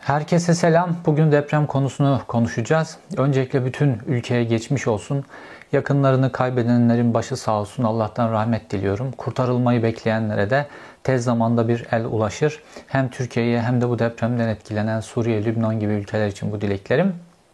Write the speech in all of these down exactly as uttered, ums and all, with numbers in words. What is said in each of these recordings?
Herkese selam. Bugün deprem konusunu konuşacağız. Öncelikle bütün ülkeye geçmiş olsun. Yakınlarını kaybedenlerin başı sağ olsun. Allah'tan rahmet diliyorum. Kurtarılmayı bekleyenlere de tez zamanda bir el ulaşır. Hem Türkiye'ye hem de bu depremden etkilenen Suriye, Lübnan gibi ülkeler için bu dileklerim.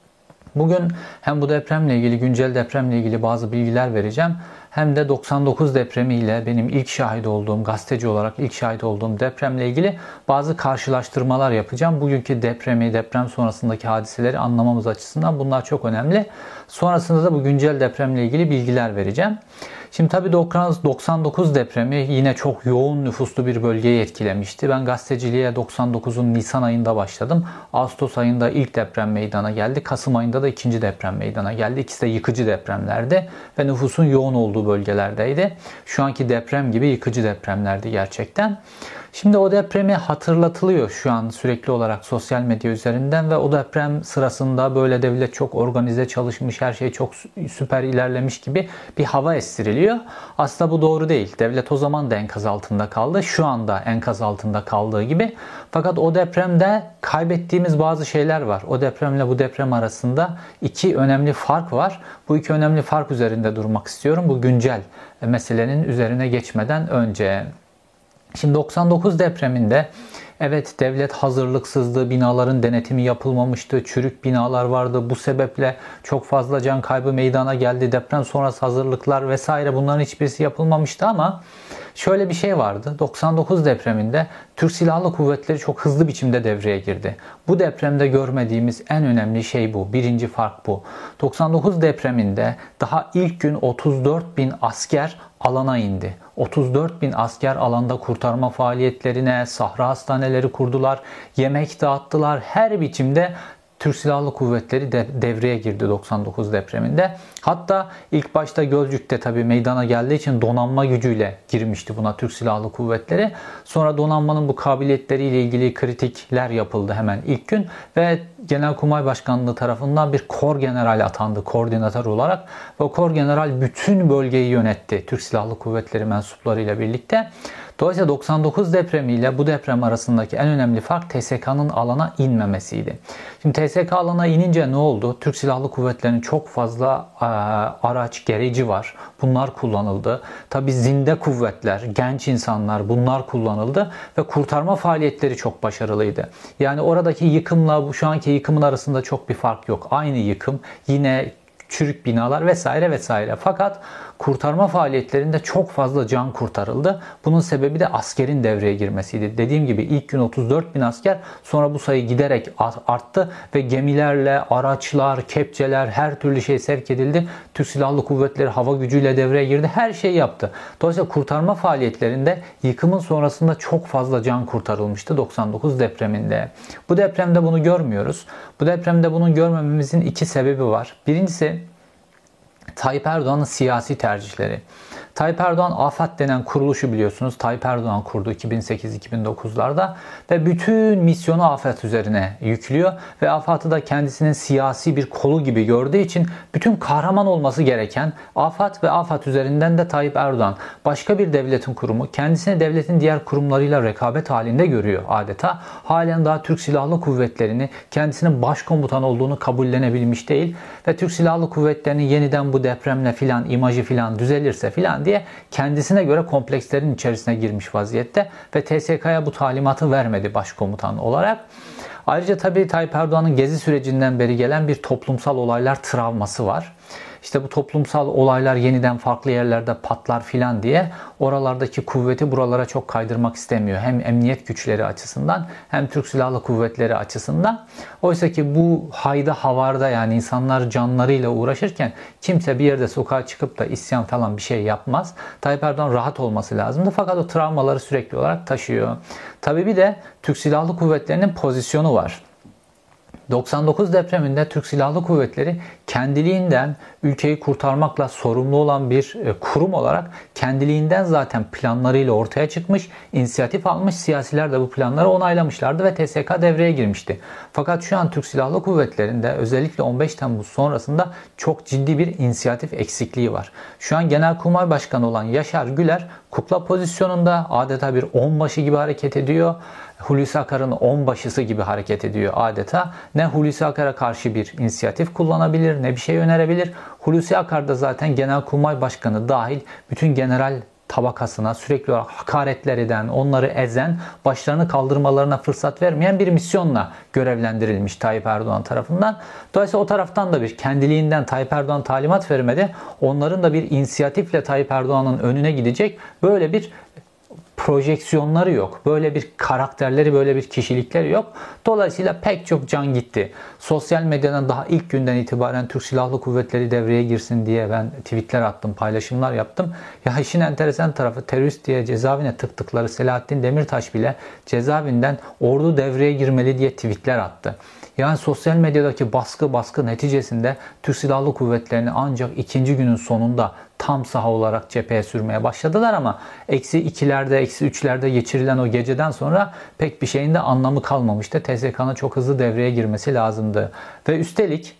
Bugün hem bu depremle ilgili, güncel depremle ilgili bazı bilgiler vereceğim. Hem de doksan dokuz depremiyle benim ilk şahit olduğum, gazeteci olarak ilk şahit olduğum depremle ilgili bazı karşılaştırmalar yapacağım. Bugünkü depremi, deprem sonrasındaki hadiseleri anlamamız açısından bunlar çok önemli. Sonrasında da bu güncel depremle ilgili bilgiler vereceğim. Şimdi tabii doksan dokuz depremi yine çok yoğun nüfuslu bir bölgeyi etkilemişti. Ben gazeteciliğe doksan dokuzun Nisan ayında başladım. Ağustos ayında ilk deprem meydana geldi. Kasım ayında da ikinci deprem meydana geldi. İkisi de yıkıcı depremlerdi ve nüfusun yoğun olduğu bölgelerdeydi. Şu anki deprem gibi yıkıcı depremlerdi gerçekten. Şimdi o depremi hatırlatılıyor şu an sürekli olarak sosyal medya üzerinden ve o deprem sırasında böyle devlet çok organize çalışmış, her şey çok süper ilerlemiş gibi bir hava estiriliyor. Aslında bu doğru değil. Devlet o zaman da enkaz altında kaldı. Şu anda enkaz altında kaldığı gibi. Fakat o depremde kaybettiğimiz bazı şeyler var. O depremle bu deprem arasında iki önemli fark var. Bu iki önemli fark üzerinde durmak istiyorum. Bu güncel meselenin üzerine geçmeden önce. Şimdi doksan dokuz depreminde evet devlet hazırlıksızdı, binaların denetimi yapılmamıştı, çürük binalar vardı. Bu sebeple çok fazla can kaybı meydana geldi. Deprem sonrası hazırlıklar vesaire bunların hiçbirisi yapılmamıştı ama şöyle bir şey vardı. doksan dokuz depreminde Türk Silahlı Kuvvetleri çok hızlı biçimde devreye girdi. Bu depremde görmediğimiz en önemli şey bu. Birinci fark bu. doksan dokuz depreminde daha ilk gün otuz dört bin asker alana indi. otuz dört bin asker alanda kurtarma faaliyetlerine, sahra hastaneleri kurdular, yemek dağıttılar. Her biçimde Türk Silahlı Kuvvetleri de devreye girdi doksan dokuz depreminde. Hatta ilk başta Gölcük'te tabii meydana geldiği için donanma gücüyle girmişti buna Türk Silahlı Kuvvetleri. Sonra donanmanın bu kabiliyetleriyle ilgili kritikler yapıldı hemen ilk gün ve Genelkurmay Başkanlığı tarafından bir kor general atandı koordinatör olarak. Ve o kor general bütün bölgeyi yönetti Türk Silahlı Kuvvetleri mensuplarıyla birlikte. Dolayısıyla doksan dokuz depremiyle bu deprem arasındaki en önemli fark T S K'nın alana inmemesiydi. Şimdi T S K alana inince ne oldu? Türk Silahlı Kuvvetleri'nin çok fazla e, araç, gereci var. Bunlar kullanıldı. Tabii zinde kuvvetler, genç insanlar bunlar kullanıldı ve kurtarma faaliyetleri çok başarılıydı. Yani oradaki yıkımla bu şu anki yıkımın arasında çok bir fark yok. Aynı yıkım, yine çürük binalar vesaire vesaire. Fakat kurtarma faaliyetlerinde çok fazla can kurtarıldı. Bunun sebebi de askerin devreye girmesiydi. Dediğim gibi ilk gün otuz dört bin asker, sonra bu sayı giderek arttı ve gemilerle, araçlar, kepçeler, her türlü şey sevk edildi. Türk Silahlı Kuvvetleri hava gücüyle devreye girdi. Her şeyi yaptı. Dolayısıyla kurtarma faaliyetlerinde yıkımın sonrasında çok fazla can kurtarılmıştı doksan dokuz depreminde. Bu depremde bunu görmüyoruz. Bu depremde bunu görmememizin iki sebebi var. Birincisi Tayyip Erdoğan'ın siyasi tercihleri. Tayyip Erdoğan AFAD denen kuruluşu biliyorsunuz. Tayyip Erdoğan kurdu iki bin sekiz iki bin dokuzlarda ve bütün misyonu AFAD üzerine yüklüyor ve AFAD'ı da kendisinin siyasi bir kolu gibi gördüğü için bütün kahraman olması gereken AFAD ve AFAD üzerinden de Tayyip Erdoğan başka bir devletin kurumu, kendisini devletin diğer kurumlarıyla rekabet halinde görüyor adeta. Halen daha Türk Silahlı Kuvvetleri'ni kendisinin başkomutan olduğunu kabullenebilmiş değil ve Türk Silahlı Kuvvetleri'ni yeniden bu depremle filan imajı filan düzelirse filan diye kendisine göre komplekslerin içerisine girmiş vaziyette ve T S K'ya bu talimatı vermedi başkomutan olarak. Ayrıca tabii Tayyip Erdoğan'ın gezi sürecinden beri gelen bir toplumsal olaylar travması var. İşte bu toplumsal olaylar yeniden farklı yerlerde patlar filan diye oralardaki kuvveti buralara çok kaydırmak istemiyor. Hem emniyet güçleri açısından hem Türk Silahlı Kuvvetleri açısından. Oysa ki bu hayda havarda yani insanlar canlarıyla uğraşırken kimse bir yerde sokağa çıkıp da isyan falan bir şey yapmaz. Tayyip Erdoğan rahat olması lazımdı fakat o travmaları sürekli olarak taşıyor. Tabii bir de Türk Silahlı Kuvvetleri'nin pozisyonu var. doksan dokuz depreminde Türk Silahlı Kuvvetleri kendiliğinden ülkeyi kurtarmakla sorumlu olan bir kurum olarak kendiliğinden zaten planlarıyla ortaya çıkmış, inisiyatif almış, siyasiler de bu planları onaylamışlardı ve T S K devreye girmişti. Fakat şu an Türk Silahlı Kuvvetleri'nde özellikle on beş Temmuz sonrasında çok ciddi bir inisiyatif eksikliği var. Şu an Genelkurmay Başkanı olan Yaşar Güler kukla pozisyonunda adeta bir onbaşı gibi hareket ediyor Hulusi Akar'ın onbaşısı gibi hareket ediyor adeta. Ne Hulusi Akar'a karşı bir inisiyatif kullanabilir, ne bir şey önerebilir. Hulusi Akar da zaten Genelkurmay Başkanı dahil bütün general tabakasına sürekli olarak hakaretler eden, onları ezen, başlarını kaldırmalarına fırsat vermeyen bir misyonla görevlendirilmiş Tayyip Erdoğan tarafından. Dolayısıyla o taraftan da bir kendiliğinden Tayyip Erdoğan talimat vermedi. Onların da bir inisiyatifle Tayyip Erdoğan'ın önüne gidecek böyle bir projeksiyonları yok. Böyle bir karakterleri, böyle bir kişilikleri yok. Dolayısıyla pek çok can gitti. Sosyal medyadan daha ilk günden itibaren Türk Silahlı Kuvvetleri devreye girsin diye ben tweetler attım, paylaşımlar yaptım. Ya işin enteresan tarafı, terörist diye cezaevine tıktıkları Selahattin Demirtaş bile cezaevinden ordu devreye girmeli diye tweetler attı. Yani sosyal medyadaki baskı baskı neticesinde Türk Silahlı Kuvvetleri'ni ancak ikinci günün sonunda tam saha olarak cepheye sürmeye başladılar ama eksi ikilerde, eksi üçlerde geçirilen o geceden sonra pek bir şeyin de anlamı kalmamıştı. T S K'nın çok hızlı devreye girmesi lazımdı. Ve üstelik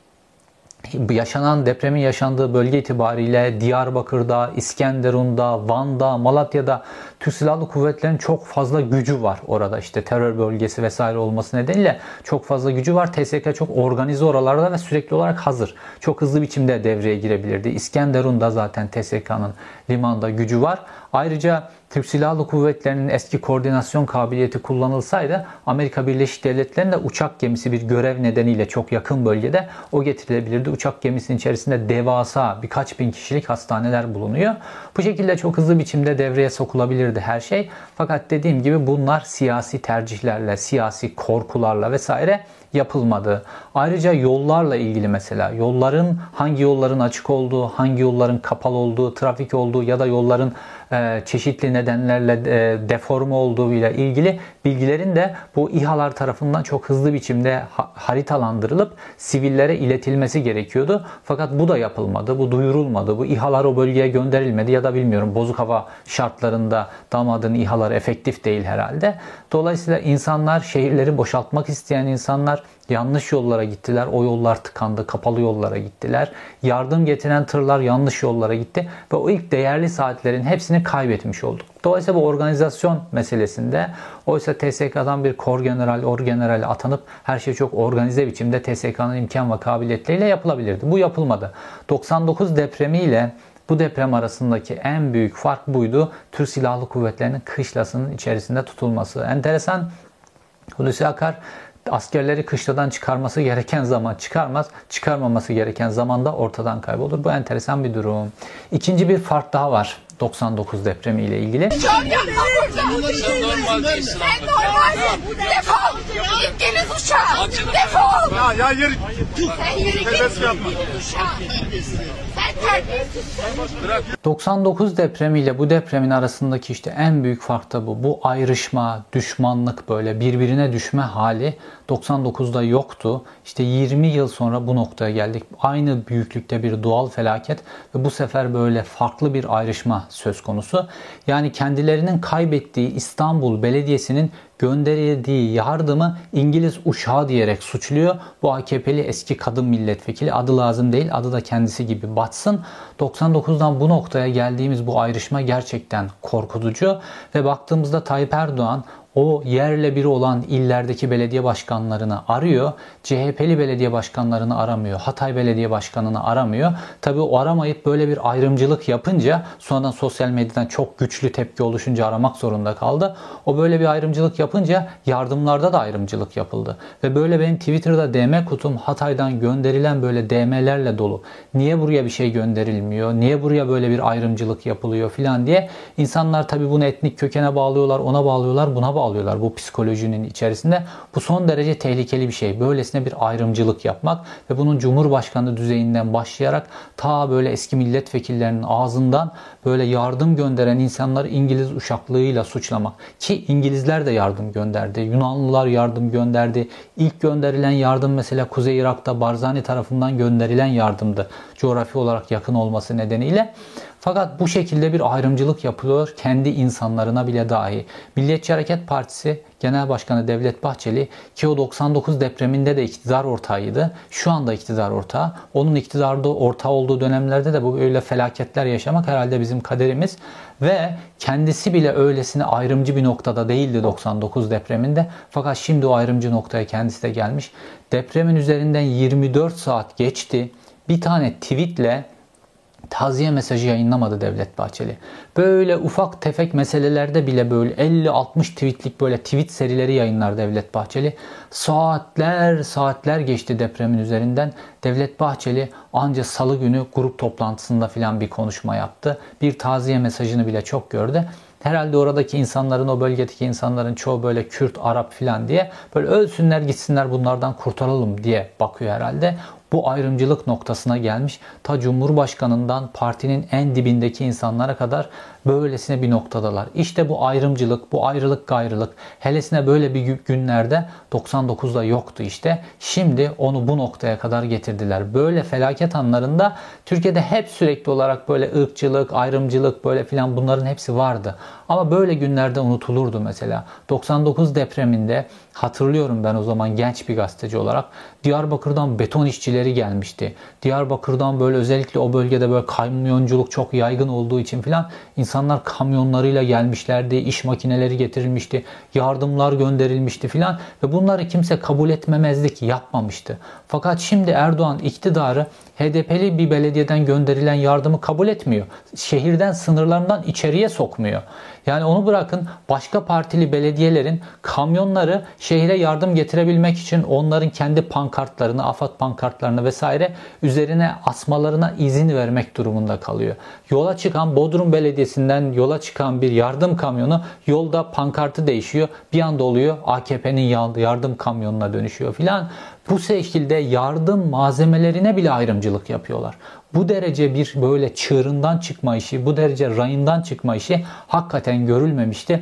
yaşanan depremin yaşandığı bölge itibariyle Diyarbakır'da, İskenderun'da, Van'da, Malatya'da Türk Silahlı Kuvvetleri'nin çok fazla gücü var orada. İşte terör bölgesi vesaire olması nedeniyle çok fazla gücü var. T S K çok organize oralarda ve sürekli olarak hazır. Çok hızlı biçimde devreye girebilirdi. İskenderun'da zaten T S K'nın limanda gücü var. Ayrıca Türk Silahlı Kuvvetleri'nin eski koordinasyon kabiliyeti kullanılsaydı Amerika Birleşik Devletleri'nin de uçak gemisi bir görev nedeniyle çok yakın bölgede o getirilebilirdi. Uçak gemisinin içerisinde devasa birkaç bin kişilik hastaneler bulunuyor. Bu şekilde çok hızlı biçimde devreye sokulabilirdi her şey. Fakat dediğim gibi bunlar siyasi tercihlerle, siyasi korkularla vesaire yapılmadı. Ayrıca yollarla ilgili mesela yolların hangi yolların açık olduğu, hangi yolların kapalı olduğu, trafik olduğu ya da yolların e, çeşitli nedenlerle e, deforme olduğu ile ilgili bilgilerin de bu İHA'lar tarafından çok hızlı biçimde ha haritalandırılıp sivillere iletilmesi gerekiyordu. Fakat bu da yapılmadı, bu duyurulmadı, bu İHA'lar o bölgeye gönderilmedi ya da bilmiyorum bozuk hava şartlarında damadın İHA'ları efektif değil herhalde. Dolayısıyla insanlar, şehirleri boşaltmak isteyen insanlar yanlış yollara gittiler. O yollar tıkandı. Kapalı yollara gittiler. Yardım getiren tırlar yanlış yollara gitti. Ve o ilk değerli saatlerin hepsini kaybetmiş olduk. Dolayısıyla bu organizasyon meselesinde oysa T S K'dan bir korgeneral, orgeneral atanıp her şey çok organize biçimde T S K'nın imkan ve kabiliyetleriyle yapılabilirdi. Bu yapılmadı. doksan dokuz depremiyle bu deprem arasındaki en büyük fark buydu. Türk Silahlı Kuvvetleri'nin kışlasının içerisinde tutulması. Enteresan, Hulusi Akar askerleri kışladan çıkarması gereken zaman çıkarmaz, çıkarmaması gereken zaman da ortadan kaybolur. Bu enteresan bir durum. İkinci bir fark daha var doksan dokuz depremi ile ilgili. Çok yapma burada. Sen normal değilsin. Sen normalsin. Defol. İngiliz uçağı. Defol. Ya ya yürü. Sen yürü git. İngiliz uçağı. Sen terbiyesizsin. doksan dokuz depremiyle bu depremin arasındaki işte en büyük fark da bu. Bu ayrışma, düşmanlık, böyle birbirine düşme hali doksan dokuzda yoktu. İşte yirmi yıl sonra bu noktaya geldik. Aynı büyüklükte bir doğal felaket ve bu sefer böyle farklı bir ayrışma söz konusu. Yani kendilerinin kaybettiği İstanbul Belediyesi'nin gönderildiği yardımı İngiliz uçağı diyerek suçluyor. Bu A K P'li eski kadın milletvekili, adı lazım değil, adı da kendisi gibi batsın. doksan dokuzdan bu noktaya geldiğimiz bu ayrışma gerçekten korkutucu ve baktığımızda Tayyip Erdoğan o yerle biri olan illerdeki belediye başkanlarını arıyor. C H P'li belediye başkanlarını aramıyor. Hatay Belediye Başkanı'nı aramıyor. Tabii o aramayıp böyle bir ayrımcılık yapınca, sonradan sosyal medyadan çok güçlü tepki oluşunca aramak zorunda kaldı. O böyle bir ayrımcılık yapınca yardımlarda da ayrımcılık yapıldı. Ve böyle benim Twitter'da D M kutum Hatay'dan gönderilen böyle D M'lerle dolu. Niye buraya bir şey gönderilmiyor? Niye buraya böyle bir ayrımcılık yapılıyor filan diye. İnsanlar tabii bunu etnik kökene bağlıyorlar, ona bağlıyorlar, buna bağlıyorlar. alıyorlar bu psikolojinin içerisinde. Bu son derece tehlikeli bir şey. Böylesine bir ayrımcılık yapmak ve bunun Cumhurbaşkanı düzeyinden başlayarak ta böyle eski milletvekillerinin ağzından böyle yardım gönderen insanları İngiliz uşaklığıyla suçlamak. Ki İngilizler de yardım gönderdi. Yunanlılar yardım gönderdi. İlk gönderilen yardım mesela Kuzey Irak'ta Barzani tarafından gönderilen yardımdı. Coğrafi olarak yakın olması nedeniyle. Fakat bu şekilde bir ayrımcılık yapılıyor kendi insanlarına bile dahi. Milliyetçi Hareket Partisi Genel Başkanı Devlet Bahçeli, ki o doksan dokuz depreminde de iktidar ortağıydı. Şu anda iktidar ortağı. Onun iktidarda ortağı olduğu dönemlerde de bu böyle felaketler yaşamak herhalde bizim kaderimiz. Ve kendisi bile öylesine ayrımcı bir noktada değildi doksan dokuz depreminde. Fakat şimdi o ayrımcı noktaya kendisi de gelmiş. Depremin üzerinden yirmi dört saat geçti. Bir tane tweetle taziye mesajı yayınlamadı Devlet Bahçeli. Böyle ufak tefek meselelerde bile böyle elli altmış tweetlik böyle tweet serileri yayınlar Devlet Bahçeli. Saatler saatler geçti depremin üzerinden. Devlet Bahçeli anca salı günü grup toplantısında filan bir konuşma yaptı. Bir taziye mesajını bile çok gördü. Herhalde oradaki insanların, o bölgedeki insanların çoğu böyle Kürt, Arap filan diye böyle ölsünler gitsinler bunlardan kurtaralım diye bakıyor herhalde. Bu ayrımcılık noktasına gelmiş. Ta Cumhurbaşkanından partinin en dibindeki insanlara kadar böylesine bir noktadalar. İşte bu ayrımcılık, bu ayrılık gayrılık helesine böyle bir günlerde doksan dokuzda yoktu işte. Şimdi onu bu noktaya kadar getirdiler. Böyle felaket anlarında Türkiye'de hep sürekli olarak böyle ırkçılık, ayrımcılık böyle filan bunların hepsi vardı. Ama böyle günlerde unutulurdu mesela. doksan dokuz depreminde hatırlıyorum ben o zaman genç bir gazeteci olarak Diyarbakır'dan beton işçileri gelmişti. Diyarbakır'dan böyle özellikle o bölgede böyle kamyonculuk çok yaygın olduğu için filan insanlar kamyonlarıyla gelmişlerdi. İş makineleri getirilmişti. Yardımlar gönderilmişti filan ve bunları kimse kabul etmemezlik yapmamıştı. Fakat şimdi Erdoğan iktidarı H D P'li bir belediyeden gönderilen yardımı kabul etmiyor. Şehirden sınırlarından içeriye sokmuyor. Yani onu bırakın başka partili belediyelerin kamyonları şehre yardım getirebilmek için onların kendi pankartlarını, AFAD pankartlarını vesaire üzerine asmalarına izin vermek durumunda kalıyor. Yola çıkan Bodrum Belediyesi'nden yola çıkan bir yardım kamyonu yolda pankartı değişiyor. Bir anda oluyor A K P'nin yardım kamyonuna dönüşüyor filan. Bu şekilde yardım malzemelerine bile ayrımcılık yapıyorlar. Bu derece bir böyle çığırından çıkma işi, bu derece rayından çıkma işi hakikaten görülmemişti.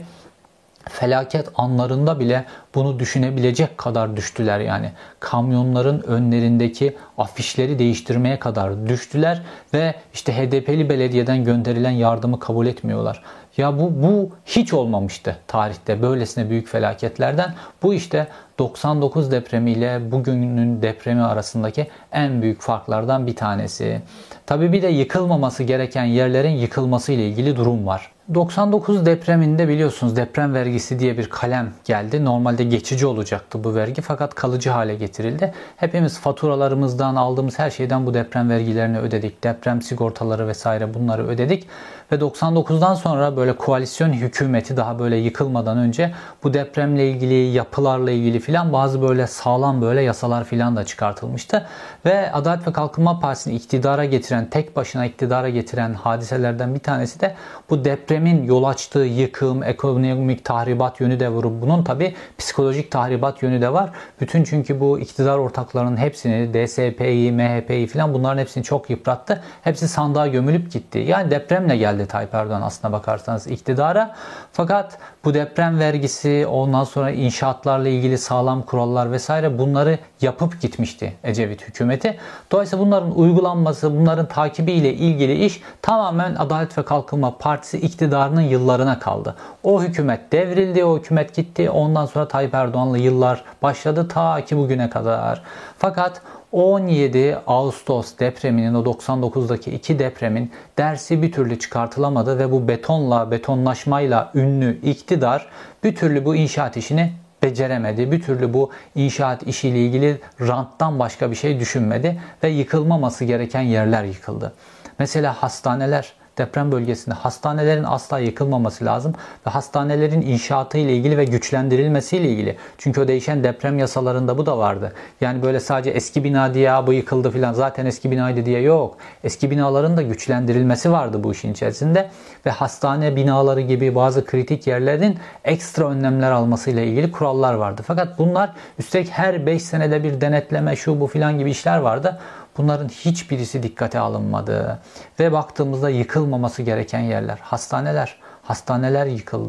Felaket anlarında bile bunu düşünebilecek kadar düştüler yani. Kamyonların önlerindeki afişleri değiştirmeye kadar düştüler ve işte H D P'li belediyeden gönderilen yardımı kabul etmiyorlar. Ya bu, bu hiç olmamıştı tarihte böylesine büyük felaketlerden. Bu işte doksan dokuz depremiyle bugünün depremi arasındaki en büyük farklardan bir tanesi. Tabii bir de yıkılmaması gereken yerlerin yıkılması ile ilgili durum var. doksan dokuz depreminde biliyorsunuz deprem vergisi diye bir kalem geldi. Normalde geçici olacaktı bu vergi fakat kalıcı hale getirildi. Hepimiz faturalarımızdan aldığımız her şeyden bu deprem vergilerini ödedik. Deprem sigortaları vesaire bunları ödedik. Ve doksan dokuzdan sonra böyle koalisyon hükümeti daha böyle yıkılmadan önce bu depremle ilgili yapılarla ilgili filan bazı böyle sağlam böyle yasalar filan da çıkartılmıştı. Ve Adalet ve Kalkınma Partisi'ni iktidara getiren, tek başına iktidara getiren hadiselerden bir tanesi de bu depremin yol açtığı yıkım, ekonomik tahribat yönü de var. Bunun tabi psikolojik tahribat yönü de var. Bütün çünkü bu iktidar ortaklarının hepsini, D S P'yi, M H P'yi filan bunların hepsini çok yıprattı. Hepsi sandığa gömülüp gitti. Yani depremle geldi Tayyip Erdoğan aslına bakarsanız iktidara. Fakat bu deprem vergisi, ondan sonra inşaatlarla ilgili sağlam kurallar vesaire bunları yapıp gitmişti Ecevit hükümeti. Dolayısıyla bunların uygulanması, bunların takibiyle ilgili iş tamamen Adalet ve Kalkınma Partisi iktidarının yıllarına kaldı. O hükümet devrildi, o hükümet gitti. Ondan sonra Tayyip Erdoğan'la yıllar başladı ta ki bugüne kadar. Fakat on yedi Ağustos depreminin, o doksan dokuzdaki iki depremin dersi bir türlü çıkartılamadı ve bu betonla, betonlaşmayla ünlü iktidar bir türlü bu inşaat işini beceremedi. Bir türlü bu inşaat işiyle ilgili ranttan başka bir şey düşünmedi ve yıkılmaması gereken yerler yıkıldı. Mesela hastaneler. Deprem bölgesinde hastanelerin asla yıkılmaması lazım ve hastanelerin inşaatı ile ilgili ve güçlendirilmesi ile ilgili. Çünkü o değişen deprem yasalarında bu da vardı. Yani böyle sadece eski bina diye bu yıkıldı filan zaten eski binaydı diye yok. Eski binaların da güçlendirilmesi vardı bu işin içerisinde ve hastane binaları gibi bazı kritik yerlerin ekstra önlemler alması ile ilgili kurallar vardı. Fakat bunlar üstelik her beş senede bir denetleme şu bu filan gibi işler vardı. Bunların hiçbirisi dikkate alınmadı. Ve baktığımızda yıkılmaması gereken yerler, hastaneler, hastaneler yıkıldı.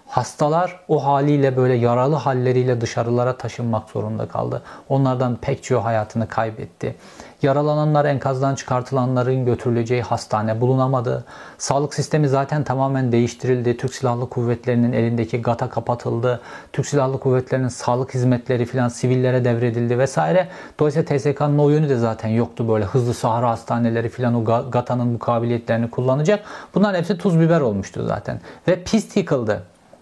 Hastalar o haliyle böyle yaralı halleriyle dışarılara taşınmak zorunda kaldı. Onlardan pek çoğu hayatını kaybetti. Yaralananlar, enkazdan çıkartılanların götürüleceği hastane bulunamadı. Sağlık sistemi zaten tamamen değiştirildi. Türk Silahlı Kuvvetleri'nin elindeki gata kapatıldı. Türk Silahlı Kuvvetleri'nin sağlık hizmetleri filan sivillere devredildi vesaire. Dolayısıyla T S K'nın o yönü de zaten yoktu, böyle hızlı sahra hastaneleri filan o gatanın bu kabiliyetlerini kullanacak. Bunların hepsi tuz biber olmuştu zaten. Ve pist yıkıldı.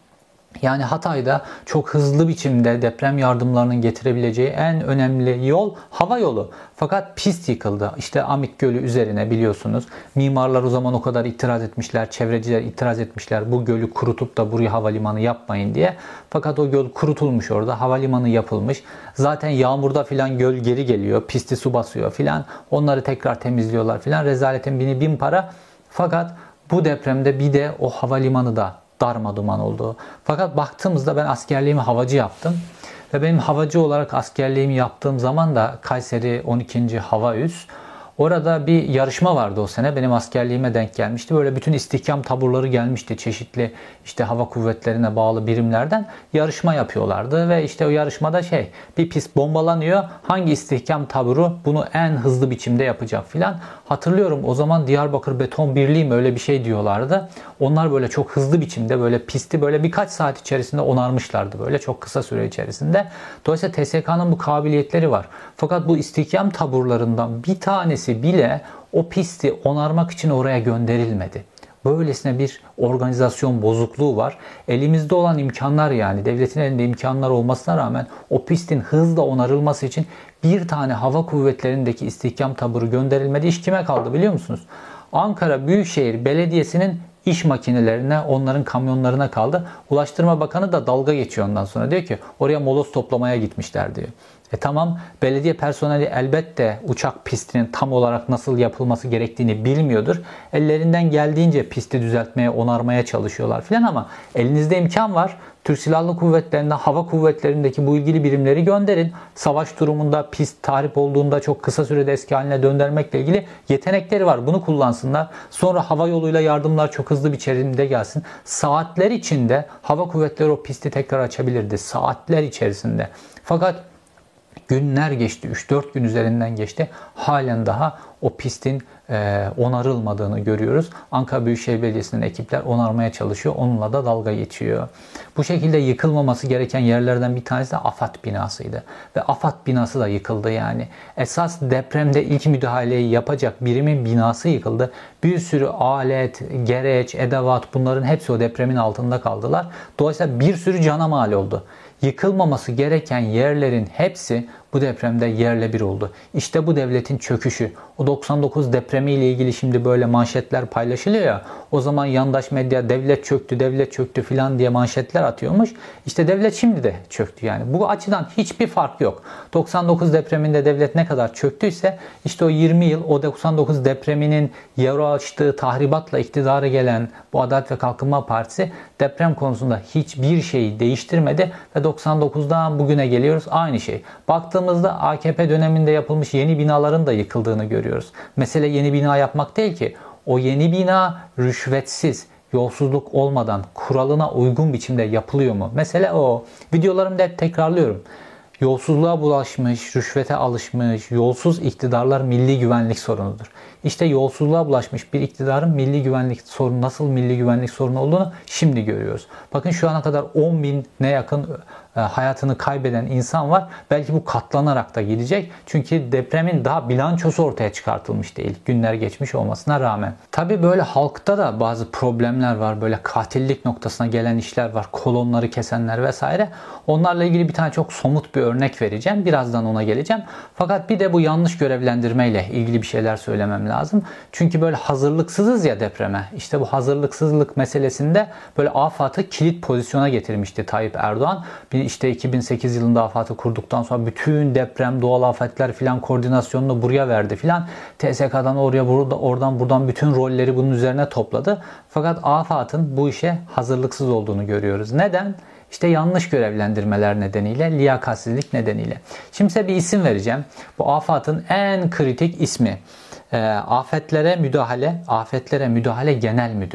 Yani Hatay'da çok hızlı biçimde deprem yardımlarının getirebileceği en önemli yol hava yolu. Fakat pist yıkıldı. İşte Amit Gölü üzerine, biliyorsunuz. Mimarlar o zaman o kadar itiraz etmişler, çevreciler itiraz etmişler. Bu gölü kurutup da buraya havalimanı yapmayın diye. Fakat o göl kurutulmuş orada. Havalimanı yapılmış. Zaten yağmurda filan göl geri geliyor. Pisti su basıyor filan. Onları tekrar temizliyorlar filan. Rezaletin bini bin para. Fakat bu depremde bir de o havalimanı da darmaduman oldu. Fakat baktığımızda ben askerliğimi havacı yaptım. Ve benim havacı olarak askerliğimi yaptığım zaman da Kayseri on ikinci Hava Üs. Orada bir yarışma vardı o sene. Benim askerliğime denk gelmişti. Böyle bütün istihkam taburları gelmişti. Çeşitli işte hava kuvvetlerine bağlı birimlerden yarışma yapıyorlardı. Ve işte o yarışmada şey, bir pist bombalanıyor. Hangi istihkam taburu bunu en hızlı biçimde yapacak filan. Hatırlıyorum, o zaman Diyarbakır Beton Birliği mi öyle bir şey diyorlardı. Onlar böyle çok hızlı biçimde böyle pisti böyle birkaç saat içerisinde onarmışlardı, böyle çok kısa süre içerisinde. Dolayısıyla T S K'nın bu kabiliyetleri var. Fakat bu istihkam taburlarından bir tanesi bile o pisti onarmak için oraya gönderilmedi. Böylesine bir organizasyon bozukluğu var. Elimizde olan imkanlar, yani devletin elinde imkanlar olmasına rağmen o pistin hızla onarılması için bir tane hava kuvvetlerindeki istihkam taburu gönderilmedi. İş kime kaldı biliyor musunuz? Ankara Büyükşehir Belediyesi'nin iş makinelerine, onların kamyonlarına kaldı. Ulaştırma Bakanı da dalga geçiyor ondan sonra. Diyor ki oraya moloz toplamaya gitmişler diyor. E tamam, belediye personeli elbette uçak pistinin tam olarak nasıl yapılması gerektiğini bilmiyordur. Ellerinden geldiğince pisti düzeltmeye, onarmaya çalışıyorlar filan ama elinizde imkan var. Türk Silahlı Kuvvetleri'nde, hava kuvvetlerindeki bu ilgili birimleri gönderin. Savaş durumunda, pist tahrip olduğunda çok kısa sürede eski haline döndürmekle ilgili yetenekleri var. Bunu kullansınlar. Sonra hava yoluyla yardımlar çok hızlı bir şekilde gelsin. Saatler içinde hava kuvvetleri o pisti tekrar açabilirdi. Saatler içerisinde. Fakat günler geçti, üç dört gün üzerinden geçti. Halen daha o pistin e, onarılmadığını görüyoruz. Ankara Büyükşehir Belediyesi'nin ekipler onarmaya çalışıyor. Onunla da dalga geçiyor. Bu şekilde yıkılmaması gereken yerlerden bir tanesi de AFAD binasıydı. Ve AFAD binası da yıkıldı yani. Esas depremde ilk müdahaleyi yapacak birimin binası yıkıldı. Bir sürü alet, gereç, edevat, bunların hepsi o depremin altında kaldılar. Dolayısıyla bir sürü cana mal oldu. Yıkılmaması gereken yerlerin hepsi bu depremde yerle bir oldu. İşte bu devletin çöküşü. O doksan dokuz depremiyle ilgili şimdi böyle manşetler paylaşılıyor ya. O zaman yandaş medya devlet çöktü, devlet çöktü filan diye manşetler atıyormuş. İşte devlet şimdi de çöktü yani. Bu açıdan hiçbir fark yok. doksan dokuz depreminde devlet ne kadar çöktüyse işte o yirmi yıl o doksan dokuz depreminin yara açtığı tahribatla iktidara gelen bu Adalet ve Kalkınma Partisi deprem konusunda hiçbir şeyi değiştirmedi ve doksan dokuzdan bugüne geliyoruz aynı şey. Baktığımızda A K P döneminde yapılmış yeni binaların da yıkıldığını görüyoruz. Mesele yeni bina yapmak değil ki. O yeni bina rüşvetsiz, yolsuzluk olmadan kuralına uygun biçimde yapılıyor mu? Mesele o. Videolarımda hep tekrarlıyorum. Yolsuzluğa bulaşmış, rüşvete alışmış, yolsuz iktidarlar milli güvenlik sorunudur. İşte yolsuzluğa bulaşmış bir iktidarın milli güvenlik sorunu, nasıl milli güvenlik sorunu olduğunu şimdi görüyoruz. Bakın şu ana kadar on bine yakın hayatını kaybeden insan var. Belki bu katlanarak da gidecek. Çünkü depremin daha bilançosu ortaya çıkartılmış değil. Günler geçmiş olmasına rağmen. Tabii böyle halkta da bazı problemler var. Böyle katillik noktasına gelen işler var. Kolonları kesenler vesaire. Onlarla ilgili bir tane çok somut bir örnek vereceğim. Birazdan ona geleceğim. Fakat bir de bu yanlış görevlendirmeyle ilgili bir şeyler söylemem lazım. Çünkü böyle hazırlıksızız ya depreme. İşte bu hazırlıksızlık meselesinde böyle AFAD'ı kilit pozisyona getirmişti Tayyip Erdoğan. Bir işte iki bin sekiz yılında AFAD'ı kurduktan sonra bütün deprem, doğal afetler filan koordinasyonunu buraya verdi filan. T S K'dan oraya, burada, oradan buradan bütün rolleri bunun üzerine topladı. Fakat AFAD'ın bu işe hazırlıksız olduğunu görüyoruz. Neden? İşte yanlış görevlendirmeler nedeniyle, liyakatsizlik nedeniyle. Şimdi size bir isim vereceğim. Bu AFAD'ın en kritik ismi. E, afetlere müdahale, afetlere müdahale genel müdürü.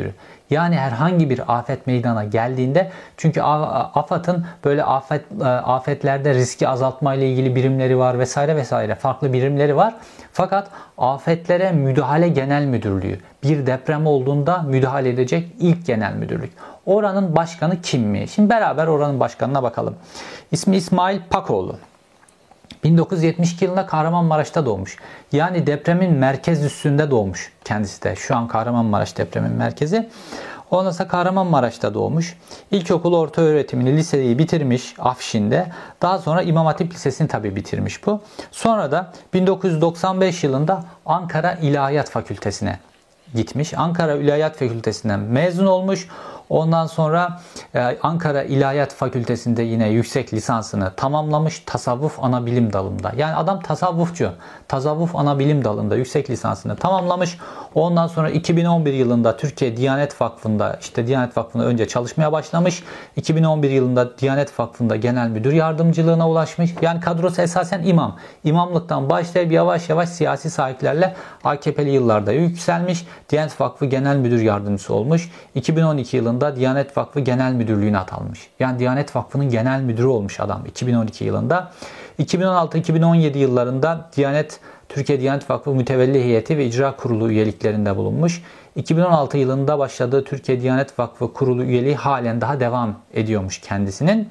Yani herhangi bir afet meydana geldiğinde, çünkü AFAD'ın böyle afet afetlerde riski azaltma ile ilgili birimleri var vesaire vesaire, farklı birimleri var. Fakat Afetlere Müdahale Genel Müdürlüğü, bir deprem olduğunda müdahale edecek ilk genel müdürlük. Oranın başkanı kim mi? Şimdi beraber oranın başkanına bakalım. İsmi İsmail Pakoğlu. bin dokuz yüz yetmiş iki yılında Kahramanmaraş'ta doğmuş. Yani depremin merkez üstünde doğmuş kendisi de. Şu an Kahramanmaraş depremin merkezi. Ondan sonra Kahramanmaraş'ta doğmuş. İlkokul, orta öğretimini, liseyi bitirmiş Afşin'de. Daha sonra İmam Hatip Lisesi'ni tabii bitirmiş bu. Sonra da bin dokuz yüz doksan beş yılında Ankara İlahiyat Fakültesi'ne gitmiş. Ankara İlahiyat Fakültesi'nden mezun olmuş. Ondan sonra Ankara İlahiyat Fakültesi'nde yine yüksek lisansını tamamlamış tasavvuf ana bilim dalında. Yani adam tasavvufçu. Tasavvuf ana bilim dalında yüksek lisansını tamamlamış. Ondan sonra iki bin on bir yılında Türkiye Diyanet Vakfı'nda, işte Diyanet Vakfı'nda önce çalışmaya başlamış. iki bin on bir yılında Diyanet Vakfı'nda genel müdür yardımcılığına ulaşmış. Yani kadrosu esasen imam. İmamlıktan başlayıp yavaş yavaş siyasi sahiplerle A K P'li yıllarda yükselmiş. Diyanet Vakfı Genel Müdür Yardımcısı olmuş. iki bin on iki yılında Diyanet Vakfı Genel Müdürlüğü'ne atanmış. Yani Diyanet Vakfı'nın genel müdürü olmuş adam iki bin on iki yılında. iki bin on altı iki bin on yedi yıllarında Diyanet Türkiye Diyanet Vakfı Mütevelli Heyeti ve İcra Kurulu üyeliklerinde bulunmuş. iki bin on altı yılında başladığı Türkiye Diyanet Vakfı Kurulu üyeliği halen daha devam ediyormuş kendisinin.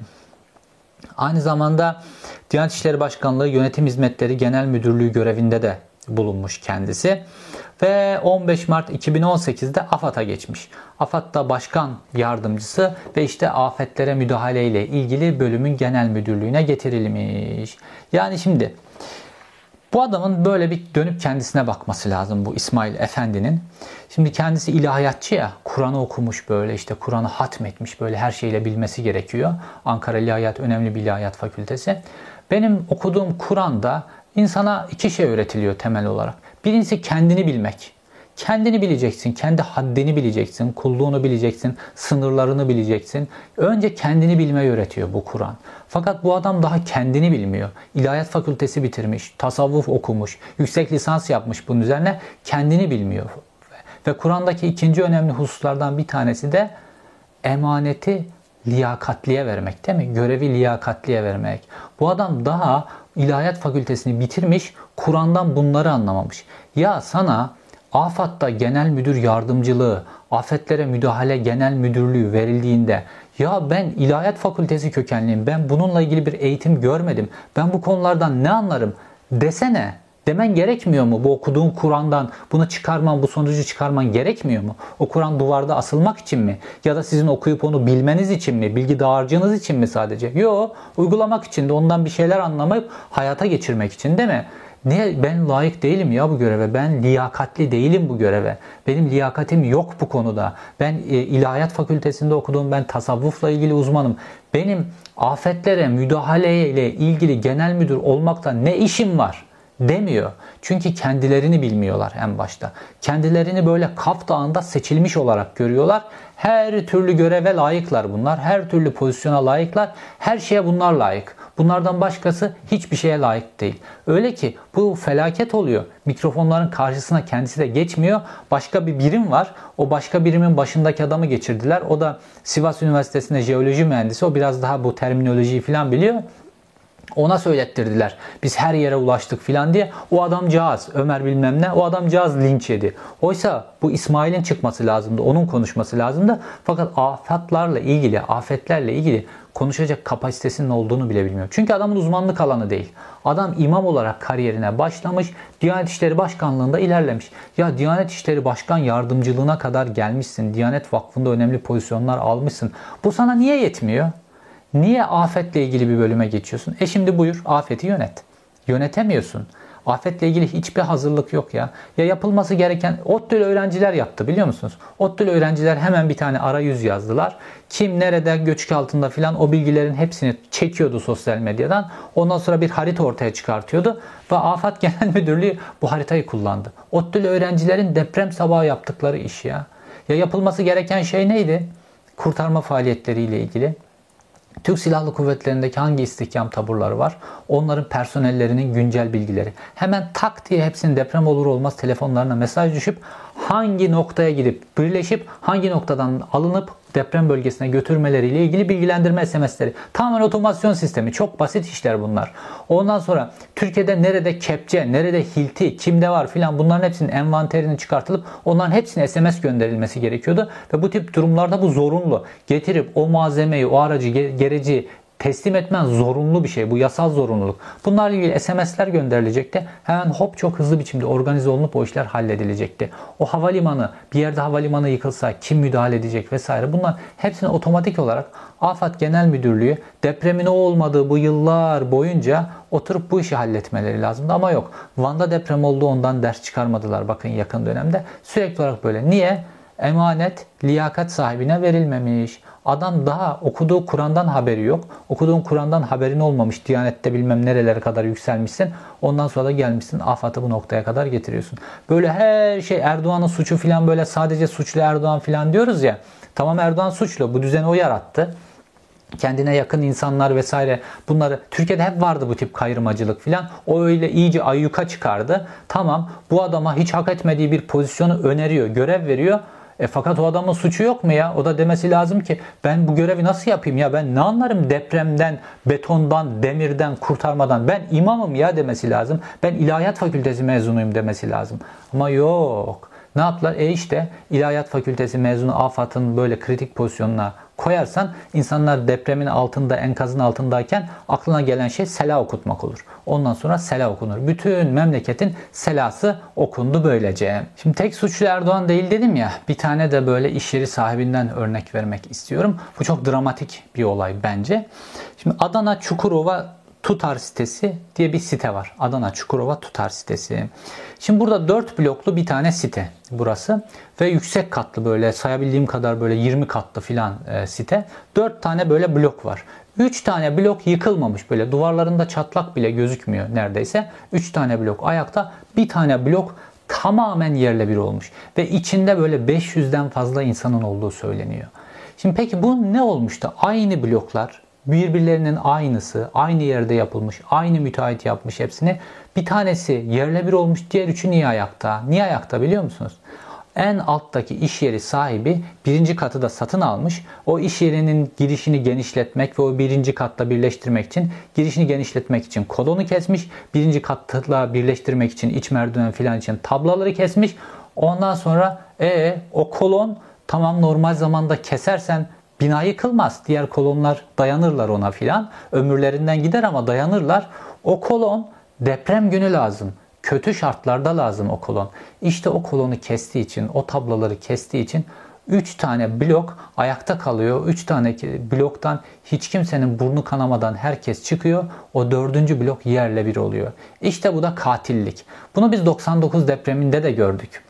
Aynı zamanda Diyanet İşleri Başkanlığı Yönetim Hizmetleri Genel Müdürlüğü görevinde de bulunmuş kendisi. Ve on beş Mart iki bin on sekizde AFAD'a geçmiş. AFAD'da başkan yardımcısı ve işte afetlere müdahale ile ilgili bölümün genel müdürlüğüne getirilmiş. Yani şimdi bu adamın böyle bir dönüp kendisine bakması lazım, bu İsmail Efendi'nin. Şimdi kendisi ilahiyatçı ya, Kur'an'ı okumuş, böyle işte Kur'an'ı hatmetmiş, böyle her şeyle bilmesi gerekiyor. Ankara İlahiyat önemli bir ilahiyat fakültesi. Benim okuduğum Kur'an'da insana iki şey öğretiliyor temel olarak. Birincisi kendini bilmek. Kendini bileceksin, kendi haddini bileceksin, kulluğunu bileceksin, sınırlarını bileceksin. Önce kendini bilmeyi öğretiyor bu Kur'an. Fakat bu adam daha kendini bilmiyor. İlahiyat fakültesi bitirmiş, tasavvuf okumuş, yüksek lisans yapmış bunun üzerine, kendini bilmiyor. Ve Kur'an'daki ikinci önemli hususlardan bir tanesi de emaneti liyakatliye vermek, değil mi? Görevi liyakatliye vermek. Bu adam daha İlahiyat fakültesini bitirmiş, Kur'an'dan bunları anlamamış. Ya sana AFAD'da genel müdür yardımcılığı, afetlere müdahale genel müdürlüğü verildiğinde, ya ben ilahiyat fakültesi kökenliyim, ben bununla ilgili bir eğitim görmedim, ben bu konulardan ne anlarım desene. Demen gerekmiyor mu? Bu okuduğun Kur'an'dan bunu çıkarman, bu sonucu çıkarman gerekmiyor mu? O Kur'an duvarda asılmak için mi? Ya da sizin okuyup onu bilmeniz için mi? Bilgi dağarcığınız için mi sadece? Yok, uygulamak için de, ondan bir şeyler anlamayıp hayata geçirmek için, değil mi? Niye? Ben layık değilim ya bu göreve. Ben liyakatli değilim bu göreve. Benim liyakatim yok bu konuda. Ben e, ilahiyat fakültesinde okudum. Ben tasavvufla ilgili uzmanım. Benim afetlere müdahale ile ilgili genel müdür olmakta ne işim var demiyor. Çünkü kendilerini bilmiyorlar en başta. Kendilerini böyle Kaf Dağı'nda seçilmiş olarak görüyorlar. Her türlü göreve layıklar bunlar. Her türlü pozisyona layıklar. Her şeye bunlar layık. Bunlardan başkası hiçbir şeye layık değil. Öyle ki bu felaket oluyor. Mikrofonların karşısına kendisi de geçmiyor. Başka bir birim var. O başka birimin başındaki adamı geçirdiler. O da Sivas Üniversitesi'nde jeoloji mühendisi. O biraz daha bu terminolojiyi falan biliyor. Ona söylettirdiler. Biz her yere ulaştık filan diye. O adamcağız, Ömer bilmem ne, o adamcağız linç yedi. Oysa bu İsmail'in çıkması lazımdı. Onun konuşması lazımdı. Fakat afetlerle ilgili, afetlerle ilgili konuşacak kapasitesinin olduğunu bile bilmiyor. Çünkü adamın uzmanlık alanı değil. Adam imam olarak kariyerine başlamış, Diyanet İşleri Başkanlığı'nda ilerlemiş. Ya Diyanet İşleri Başkan Yardımcılığına kadar gelmişsin. Diyanet Vakfı'nda önemli pozisyonlar almışsın. Bu sana niye yetmiyor? Niye afetle ilgili bir bölüme geçiyorsun? E şimdi buyur, afeti yönet. Yönetemiyorsun. Afetle ilgili hiçbir hazırlık yok ya. Ya yapılması gereken, ODTÜ'lü öğrenciler yaptı biliyor musunuz? ODTÜ'lü öğrenciler hemen bir tane arayüz yazdılar. Kim nerede, göçük altında filan, o bilgilerin hepsini çekiyordu sosyal medyadan. Ondan sonra bir harita ortaya çıkartıyordu. Ve Afet Genel Müdürlüğü bu haritayı kullandı. ODTÜ'lü öğrencilerin deprem sabahı yaptıkları iş ya. Ya yapılması gereken şey neydi? Kurtarma faaliyetleriyle ilgili. Türk Silahlı Kuvvetleri'ndeki hangi istihkam taburları var? Onların personellerinin güncel bilgileri. Hemen tak diye hepsinin deprem olur olmaz telefonlarına mesaj düşüp hangi noktaya gidip birleşip hangi noktadan alınıp deprem bölgesine götürmeleriyle ilgili bilgilendirme S M S'leri. Tamamen otomasyon sistemi. Çok basit işler bunlar. Ondan sonra Türkiye'de nerede kepçe, nerede hilti, kimde var filan bunların hepsinin envanterini çıkartılıp onların hepsine S M S gönderilmesi gerekiyordu. Ve bu tip durumlarda bu zorunlu. Getirip o malzemeyi, o aracı, gereci teslim etmen zorunlu bir şey. Bu yasal zorunluluk. Bunlarla ilgili S M S'ler gönderilecekti. Hemen hop çok hızlı biçimde organize olunup o işler halledilecekti. O havalimanı, bir yerde havalimanı yıkılsa kim müdahale edecek vesaire. Bunlar hepsini otomatik olarak AFAD Genel Müdürlüğü depremin olmadığı bu yıllar boyunca oturup bu işi halletmeleri lazımdı. Ama yok. Van'da deprem oldu, ondan ders çıkarmadılar bakın yakın dönemde. Sürekli olarak böyle. Niye? Emanet liyakat sahibine verilmemiş. Adam daha okuduğu Kur'an'dan haberi yok. Okuduğun Kur'an'dan haberin olmamış. Diyanette bilmem nerelere kadar yükselmişsin. Ondan sonra da gelmişsin AFAD'ı bu noktaya kadar getiriyorsun. Böyle her şey Erdoğan'ın suçu falan, böyle sadece suçlu Erdoğan falan diyoruz ya. Tamam, Erdoğan suçlu. Bu düzeni o yarattı. Kendine yakın insanlar vesaire, bunları Türkiye'de hep vardı bu tip kayırmacılık filan. O öyle iyice ayyuka çıkardı. Tamam, bu adama hiç hak etmediği bir pozisyonu öneriyor, görev veriyor. E fakat o adamın suçu yok mu ya? O da demesi lazım ki ben bu görevi nasıl yapayım ya? Ben ne anlarım depremden, betondan, demirden, kurtarmadan? Ben imamım ya demesi lazım. Ben ilahiyat fakültesi mezunuyum demesi lazım. Ama yok. Ne yaptılar? E işte ilahiyat fakültesi mezunu AFAD'ın böyle kritik pozisyonuna koyarsan insanlar depremin altında, enkazın altındayken aklına gelen şey sela okutmak olur. Ondan sonra sela okunur. Bütün memleketin selası okundu böylece. Şimdi tek suçlu Erdoğan değil dedim ya. Bir tane de böyle iş yeri sahibinden örnek vermek istiyorum. Bu çok dramatik bir olay bence. Şimdi Adana Çukurova Tutar sitesi diye bir site var. Adana Çukurova Tutar sitesi. Şimdi burada dört bloklu bir tane site burası. Ve yüksek katlı, böyle sayabildiğim kadar böyle yirmi katlı filan e, site. dört tane böyle blok var. üç tane blok yıkılmamış, böyle duvarlarında çatlak bile gözükmüyor neredeyse. üç tane blok ayakta, bir tane blok tamamen yerle bir olmuş. Ve içinde böyle beş yüzden fazla insanın olduğu söyleniyor. Şimdi peki bu ne olmuştu? Aynı bloklar, birbirlerinin aynısı, aynı yerde yapılmış, aynı müteahhit yapmış hepsini. Bir tanesi yerle bir olmuş, diğer üçü niye ayakta? Niye ayakta biliyor musunuz? En alttaki iş yeri sahibi birinci katı da satın almış. O iş yerinin girişini genişletmek ve o birinci katla birleştirmek için, girişini genişletmek için kolonu kesmiş. Birinci katla birleştirmek için, iç merdiven filan için tablaları kesmiş. Ondan sonra e o kolon, tamam normal zamanda kesersen bina yıkılmaz. Diğer kolonlar dayanırlar ona filan. Ömürlerinden gider ama dayanırlar. O kolon deprem günü lazım. Kötü şartlarda lazım o kolon. İşte o kolonu kestiği için, o tablaları kestiği için üç tane blok ayakta kalıyor. üç tane bloktan hiç kimsenin burnu kanamadan herkes çıkıyor. O dördüncü blok yerle bir oluyor. İşte bu da katillik. Bunu biz doksan dokuz depreminde de gördük.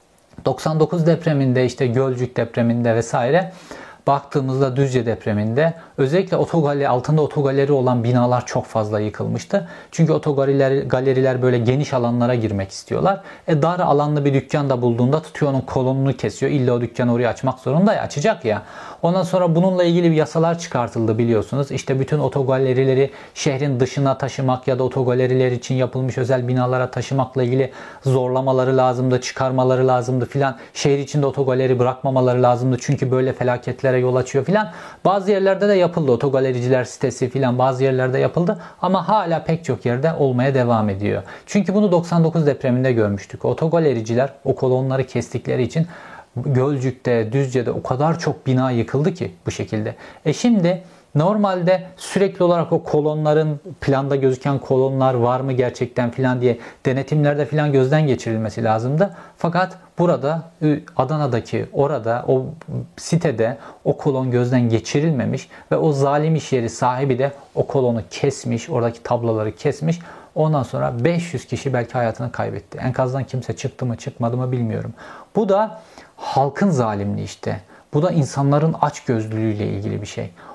doksan dokuz depreminde, işte Gölcük depreminde vesaire, baktığımızda Düzce depreminde özellikle otogaleri, altında otogaleri olan binalar çok fazla yıkılmıştı. Çünkü otogaleriler galeriler böyle geniş alanlara girmek istiyorlar. E dar alanlı bir dükkan da bulduğunda tutuyor onun kolonunu kesiyor. İlla o dükkanı oraya açmak zorunda ya, açacak ya. Ondan sonra bununla ilgili bir yasalar çıkartıldı biliyorsunuz. İşte bütün otogalerileri şehrin dışına taşımak ya da otogaleriler için yapılmış özel binalara taşımakla ilgili zorlamaları lazımdı, çıkarmaları lazımdı filan. Şehir içinde otogaleri bırakmamaları lazımdı. Çünkü böyle felaketlere yol açıyor filan. Bazı yerlerde de yapıldı. Otogalericiler sitesi filan bazı yerlerde yapıldı. Ama hala pek çok yerde olmaya devam ediyor. Çünkü bunu doksan dokuz depreminde görmüştük. Otogalericiler o kolonları kestikleri için Gölcük'te, Düzce'de o kadar çok bina yıkıldı ki bu şekilde. E şimdi normalde sürekli olarak o kolonların, planda gözüken kolonlar var mı gerçekten filan diye denetimlerde filan gözden geçirilmesi lazımdı. Fakat burada Adana'daki, orada o sitede o kolon gözden geçirilmemiş ve o zalim iş yeri sahibi de o kolonu kesmiş, oradaki tabloları kesmiş. Ondan sonra beş yüz kişi belki hayatını kaybetti. Enkazdan kimse çıktı mı çıkmadı mı bilmiyorum. Bu da halkın zalimliği işte. Bu da insanların açgözlülüğüyle ilgili bir şey.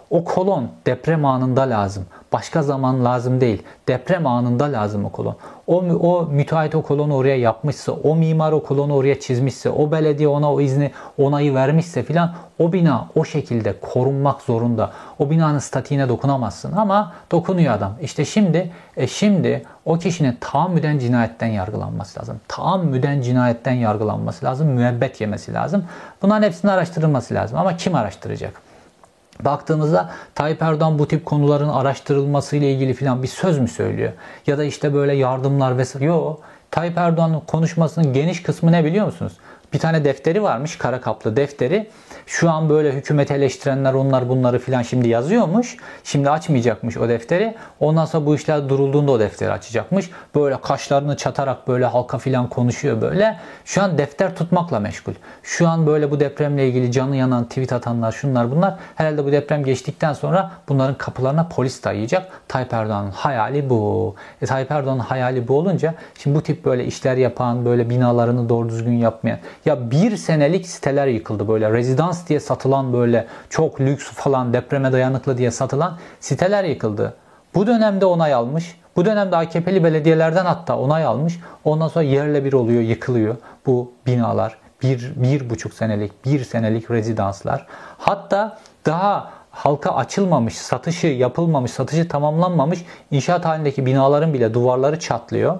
O kolon deprem anında lazım. Başka zaman lazım değil. Deprem anında lazım o kolon. O, o müteahhit o kolonu oraya yapmışsa, o mimar o kolonu oraya çizmişse, o belediye ona o izni, onayı vermişse filan, o bina o şekilde korunmak zorunda. O binanın statiğine dokunamazsın ama dokunuyor adam. İşte şimdi e şimdi o kişinin taammüden cinayetten yargılanması lazım. Taammüden cinayetten yargılanması lazım. Müebbet yemesi lazım. Bunların hepsinin araştırılması lazım. Ama kim araştıracak? Baktığımızda Tayyip Erdoğan bu tip konuların araştırılması ile ilgili filan bir söz mü söylüyor? Ya da işte böyle yardımlar vesaire. Yok. Tayyip Erdoğan'ın konuşmasının geniş kısmı ne biliyor musunuz? Bir tane defteri varmış, kara kaplı defteri. Şu an böyle hükümeti eleştirenler onlar bunları filan şimdi yazıyormuş. Şimdi açmayacakmış o defteri. Ondan sonra bu işler durulduğunda o defteri açacakmış. Böyle kaşlarını çatarak böyle halka filan konuşuyor böyle. Şu an defter tutmakla meşgul. Şu an böyle bu depremle ilgili canı yanan tweet atanlar şunlar bunlar. Herhalde bu deprem geçtikten sonra bunların kapılarına polis dayayacak. Tayyip Erdoğan'ın hayali bu. E, Tayyip Erdoğan'ın hayali bu olunca şimdi bu tip böyle işler yapan, böyle binalarını doğru düzgün yapmayan, ya bir senelik siteler yıkıldı böyle rezidans diye satılan, böyle çok lüks falan, depreme dayanıklı diye satılan siteler yıkıldı. Bu dönemde onay almış. Bu dönemde A K P'li belediyelerden hatta onay almış. Ondan sonra yerle bir oluyor, yıkılıyor bu binalar. Bir, bir buçuk senelik, bir senelik rezidanslar. Hatta daha halka açılmamış, satışı yapılmamış, satışı tamamlanmamış inşaat halindeki binaların bile duvarları çatlıyor.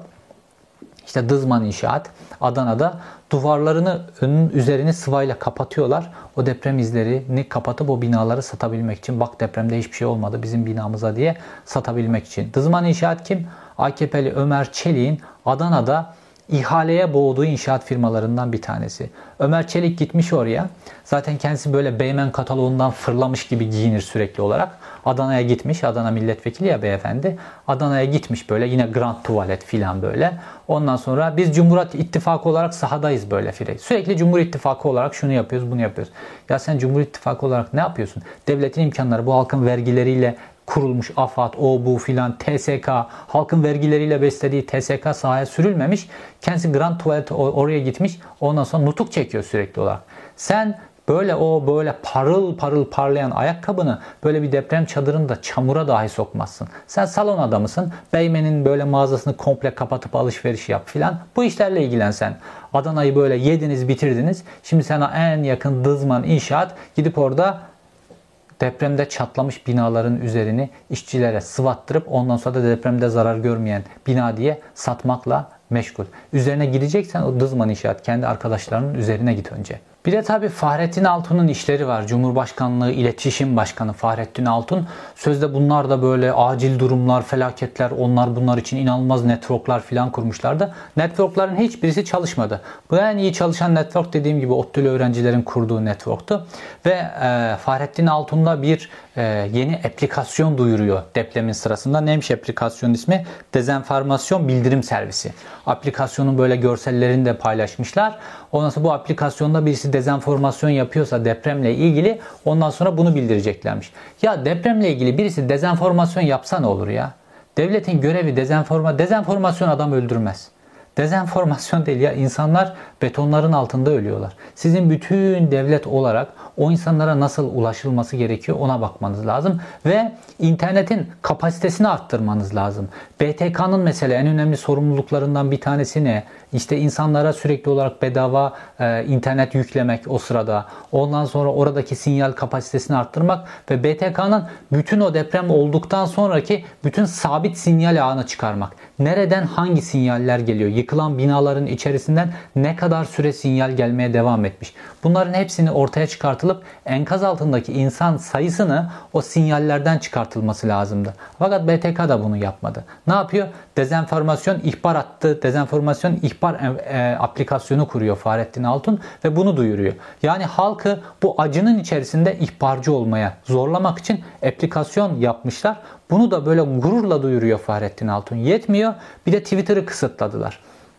İşte Dızman İnşaat Adana'da duvarlarını, önün üzerini sıvayla kapatıyorlar. O deprem izlerini kapatıp o binaları satabilmek için. Bak depremde hiçbir şey olmadı bizim binamıza diye satabilmek için. Dızman İnşaat kim? A K P'li Ömer Çelik'in Adana'da ihaleye boğduğu inşaat firmalarından bir tanesi. Ömer Çelik gitmiş oraya. Zaten kendisi böyle Beymen kataloğundan fırlamış gibi giyinir sürekli olarak. Adana'ya gitmiş. Adana milletvekili ya beyefendi. Adana'ya gitmiş böyle yine grand tuvalet filan böyle. Ondan sonra biz Cumhuriyet İttifakı olarak sahadayız böyle filan. Sürekli Cumhur İttifakı olarak şunu yapıyoruz, bunu yapıyoruz. Ya sen Cumhur İttifakı olarak ne yapıyorsun? Devletin imkanları bu halkın vergileriyle kurulmuş AFAD, o bu filan, T S K, halkın vergileriyle beslediği T S K sahaya sürülmemiş. Kendisi grand tuvalet oraya gitmiş. Ondan sonra nutuk çekiyor sürekli olarak. Sen böyle o böyle parıl parıl parlayan ayakkabını böyle bir deprem çadırında çamura dahi sokmazsın. Sen salon adamısın. Beymen'in böyle mağazasını komple kapatıp alışveriş yap filan. Bu işlerle ilgilen sen. Adana'yı böyle yediniz bitirdiniz. Şimdi sana en yakın Dızman İnşaat gidip orada depremde çatlamış binaların üzerini işçilere sıvattırıp ondan sonra da depremde zarar görmeyen bina diye satmakla meşgul. Üzerine gideceksen o Dızman İnşaat kendi arkadaşlarının üzerine git önce. Bir de tabii Fahrettin Altun'un işleri var. Cumhurbaşkanlığı İletişim Başkanı Fahrettin Altun. Sözde bunlar da böyle acil durumlar, felaketler, onlar bunlar için inanılmaz networklar falan kurmuşlardı. Networkların hiçbirisi çalışmadı. Bu en iyi çalışan network dediğim gibi ODTÜ'lü öğrencilerin kurduğu network'tu. Ve e, Fahrettin Altun'da bir e, yeni aplikasyon duyuruyor depremin sırasında. Neymiş aplikasyonun ismi? Dezenformasyon Bildirim Servisi. Aplikasyonun böyle görsellerini de paylaşmışlar. Ondan sonra bu aplikasyonda birisi dezenformasyon yapıyorsa depremle ilgili ondan sonra bunu bildireceklermiş. Ya depremle ilgili birisi dezenformasyon yapsa ne olur ya? Devletin görevi dezenforma, dezenformasyon adam öldürmez. Dezenformasyon değil ya, insanlar betonların altında ölüyorlar. Sizin bütün devlet olarak o insanlara nasıl ulaşılması gerekiyor ona bakmanız lazım ve internetin kapasitesini arttırmanız lazım. B T K'nın mesela en önemli sorumluluklarından bir tanesi ne? İşte insanlara sürekli olarak bedava e, internet yüklemek o sırada. Ondan sonra oradaki sinyal kapasitesini arttırmak ve B T K'nın bütün o deprem olduktan sonraki bütün sabit sinyal ağını çıkarmak. Nereden hangi sinyaller geliyor? Yıkılan binaların içerisinden ne kadar süre sinyal gelmeye devam etmiş? Bunların hepsini ortaya çıkartılıp enkaz altındaki insan sayısını o sinyallerden çıkartılması lazımdı. Fakat B T K da bunu yapmadı. Ne yapıyor? Dezenformasyon ihbar attı. Dezenformasyon ihbar e, aplikasyonu kuruyor Fahrettin Altun ve bunu duyuruyor. Yani halkı bu acının içerisinde ihbarcı olmaya zorlamak için aplikasyon yapmışlar. Bunu da böyle gururla duyuruyor Fahrettin Altun. Yetmiyor. Bir de Twitter'ı kısıtladılar.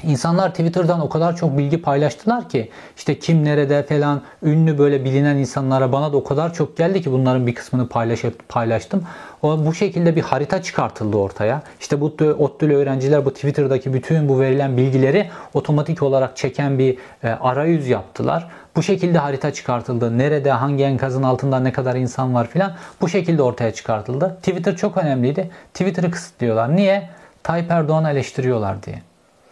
İnsanlar Twitter'dan o kadar çok bilgi paylaştılar ki işte kim nerede falan ünlü böyle bilinen insanlara bana da o kadar çok geldi ki bunların bir kısmını paylaşıp paylaştım. O bu şekilde bir harita çıkartıldı ortaya. İşte bu ODTÜ'lü öğrenciler bu Twitter'daki bütün bu verilen bilgileri otomatik olarak çeken bir e, arayüz yaptılar. Bu şekilde harita çıkartıldı. Nerede, hangi enkazın altında ne kadar insan var filan bu şekilde ortaya çıkartıldı. Twitter çok önemliydi. Twitter'ı kısıtlıyorlar. Niye? Tayyip Erdoğan'ı eleştiriyorlar diye.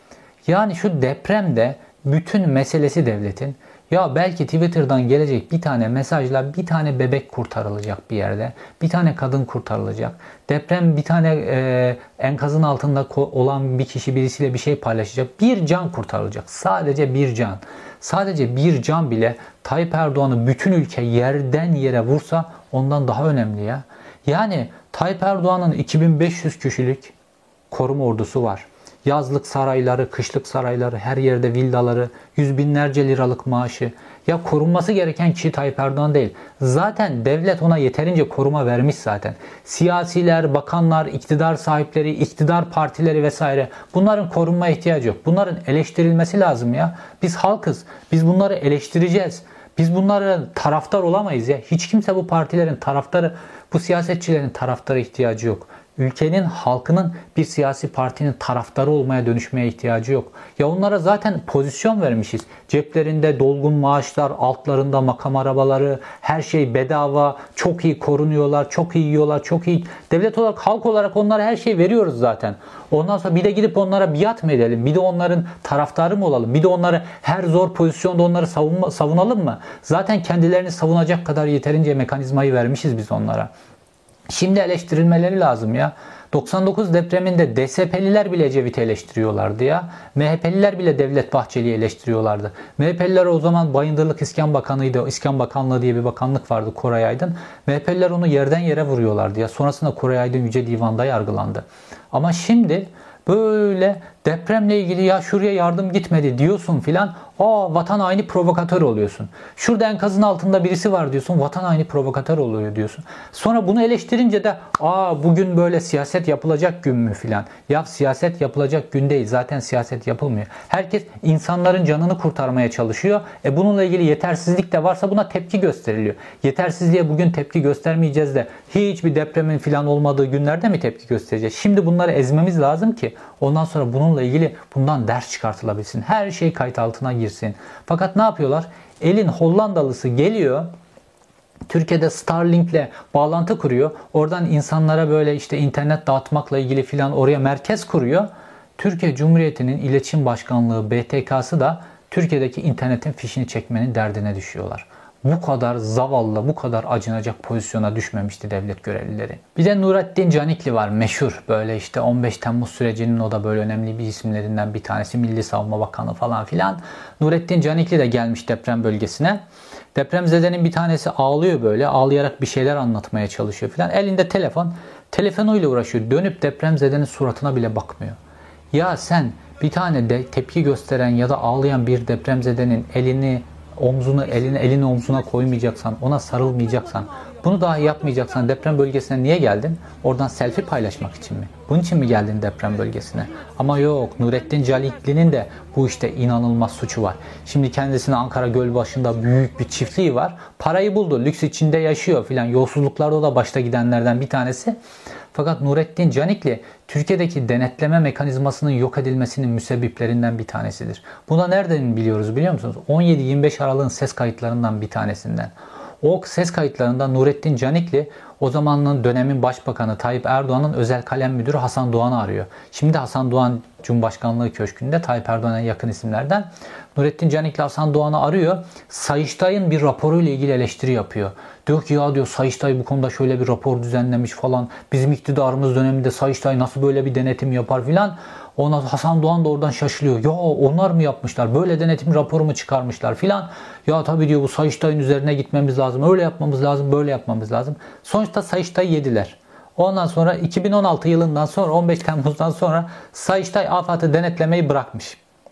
Yani şu depremde bütün meselesi devletin. Ya belki Twitter'dan gelecek bir tane mesajla bir tane bebek kurtarılacak bir yerde. Bir tane kadın kurtarılacak. Deprem bir tane e, enkazın altında olan bir kişi birisiyle bir şey paylaşacak. Bir can kurtarılacak. Sadece bir can. Sadece bir can bile Tayyip Erdoğan'ı bütün ülke yerden yere vursa ondan daha önemli ya. Yani Tayyip Erdoğan'ın iki bin beş yüz kişilik koruma ordusu var. Yazlık sarayları, kışlık sarayları, her yerde villaları, yüz binlerce liralık maaşı. Ya korunması gereken kişi Tayyip Erdoğan değil. Zaten devlet ona yeterince koruma vermiş zaten. Siyasiler, bakanlar, iktidar sahipleri, iktidar partileri vesaire bunların korunmaya ihtiyacı yok. Bunların eleştirilmesi lazım ya. Biz halkız. Biz bunları eleştireceğiz. Biz bunlara taraftar olamayız ya. Hiç kimse bu partilerin taraftarı, bu siyasetçilerin taraftarı ihtiyacı yok. Ülkenin, halkının bir siyasi partinin taraftarı olmaya dönüşmeye ihtiyacı yok. Ya onlara zaten pozisyon vermişiz. Ceplerinde dolgun maaşlar, altlarında makam arabaları, her şey bedava, çok iyi korunuyorlar, çok iyi yiyorlar, çok iyi. Devlet olarak, halk olarak onlara her şeyi veriyoruz zaten. Ondan sonra bir de gidip onlara biat mı edelim? Bir de onların taraftarı mı olalım? Bir de onları her zor pozisyonda onları savunma, savunalım mı? Zaten kendilerini savunacak kadar yeterince mekanizmayı vermişiz biz onlara. Şimdi eleştirilmeleri lazım ya. doksan dokuz depreminde D S P'liler bile Ecevit'i eleştiriyorlardı ya. M H P'liler bile Devlet Bahçeli'yi eleştiriyorlardı. M H P'liler o zaman Bayındırlık İskan Bakanı'ydı. İskan Bakanlığı diye bir bakanlık vardı, Koray Aydın. M H P'liler onu yerden yere vuruyorlardı ya. Sonrasında Koray Aydın Yüce Divan'da yargılandı. Ama şimdi böyle depremle ilgili ya şuraya yardım gitmedi diyorsun filan. Aa, vatan haini provokatör oluyorsun. Şurada enkazın altında birisi var diyorsun. Vatan haini provokatör oluyor diyorsun. Sonra bunu eleştirince de aa bugün böyle siyaset yapılacak gün mü filan. Ya siyaset yapılacak gün değil. Zaten siyaset yapılmıyor. Herkes insanların canını kurtarmaya çalışıyor. E bununla ilgili yetersizlik de varsa buna tepki gösteriliyor. Yetersizliğe bugün tepki göstermeyeceğiz de hiçbir depremin filan olmadığı günlerde mi tepki göstereceğiz? Şimdi bunları ezmemiz lazım ki ondan sonra bununla ilgili bundan ders çıkartılabilsin. Her şey kayıt altına girsin. Fakat ne yapıyorlar? Elin Hollandalısı geliyor. Türkiye'de Starlink'le bağlantı kuruyor. Oradan insanlara böyle işte internet dağıtmakla ilgili filan oraya merkez kuruyor. Türkiye Cumhuriyeti'nin İletişim Başkanlığı B T K'sı da Türkiye'deki internetin fişini çekmenin derdine düşüyorlar. Bu kadar zavallı, bu kadar acınacak pozisyona düşmemişti devlet görevlileri. Bir de Nurettin Canikli var, meşhur. Böyle işte on beş Temmuz sürecinin o da böyle önemli bir isimlerinden bir tanesi. Milli Savunma Bakanı falan filan. Nurettin Canikli de gelmiş deprem bölgesine. Depremzedenin bir tanesi ağlıyor böyle. Ağlayarak bir şeyler anlatmaya çalışıyor filan. Elinde telefon. Telefonuyla uğraşıyor. Dönüp depremzedenin suratına bile bakmıyor. Ya sen bir tane de tepki gösteren ya da ağlayan bir depremzedenin elini omzunu elini elini omzuna koymayacaksan, ona sarılmayacaksan, bunu dahi yapmayacaksan deprem bölgesine niye geldin? Oradan selfie paylaşmak için mi? Bunun için mi geldin deprem bölgesine? Ama yok, Nurettin Canikli'nin de bu işte inanılmaz suçu var. Şimdi kendisine Ankara Gölbaşı'nda büyük bir çiftliği var. Parayı buldu, lüks içinde yaşıyor filan. Yolsuzluklarda da başta gidenlerden bir tanesi. Fakat Nurettin Canikli Türkiye'deki denetleme mekanizmasının yok edilmesinin müsebbiplerinden bir tanesidir. Buna nereden biliyoruz biliyor musunuz? on yedi yirmi beş Aralık'ın ses kayıtlarından bir tanesinden. O ses kayıtlarında Nurettin Canikli o zamanın dönemin başbakanı Tayyip Erdoğan'ın özel kalem müdürü Hasan Doğan'ı arıyor. Şimdi Hasan Doğan Cumhurbaşkanlığı Köşkü'nde Tayyip Erdoğan'a yakın isimlerden. Nurettin Canikli Hasan Doğan'ı arıyor. Sayıştay'ın bir raporuyla ilgili eleştiri yapıyor. Diyor ki ya diyor Sayıştay bu konuda şöyle bir rapor düzenlemiş falan. Bizim iktidarımız döneminde Sayıştay nasıl böyle bir denetim yapar filan. Ondan Hasan Doğan da oradan şaşırıyor. Ya onlar mı yapmışlar? Böyle denetim raporu mu çıkarmışlar filan. Ya tabii diyor bu Sayıştay'ın üzerine gitmemiz lazım. Öyle yapmamız lazım, böyle yapmamız lazım. Sonuçta Sayıştay'ı yediler. Ondan sonra iki bin on altı yılından sonra on beş Temmuz'dan sonra Sayıştay A F A D'ı denetlemeyi bırakmış.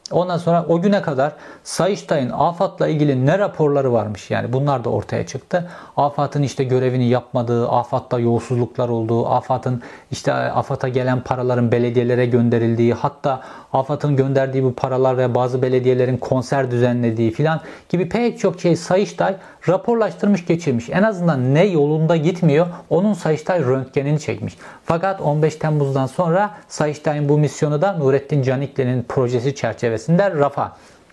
Ondan sonra o güne kadar Sayıştay'ın AFAD'la ilgili ne raporları varmış, yani bunlar da ortaya çıktı. AFAD'ın işte görevini yapmadığı, AFAD'da yolsuzluklar olduğu, AFAD'ın işte AFAD'a gelen paraların belediyelere gönderildiği, hatta AFAD'ın gönderdiği bu paralar ve bazı belediyelerin konser düzenlediği filan gibi pek çok şey Sayıştay raporlaştırmış, geçirmiş. En azından ne yolunda gitmiyor onun Sayıştay röntgenini çekmiş. Fakat on beş Temmuz'dan sonra Sayıştay'ın bu misyonu da Nurettin Canikli'nin projesi çerçevesinde rafa.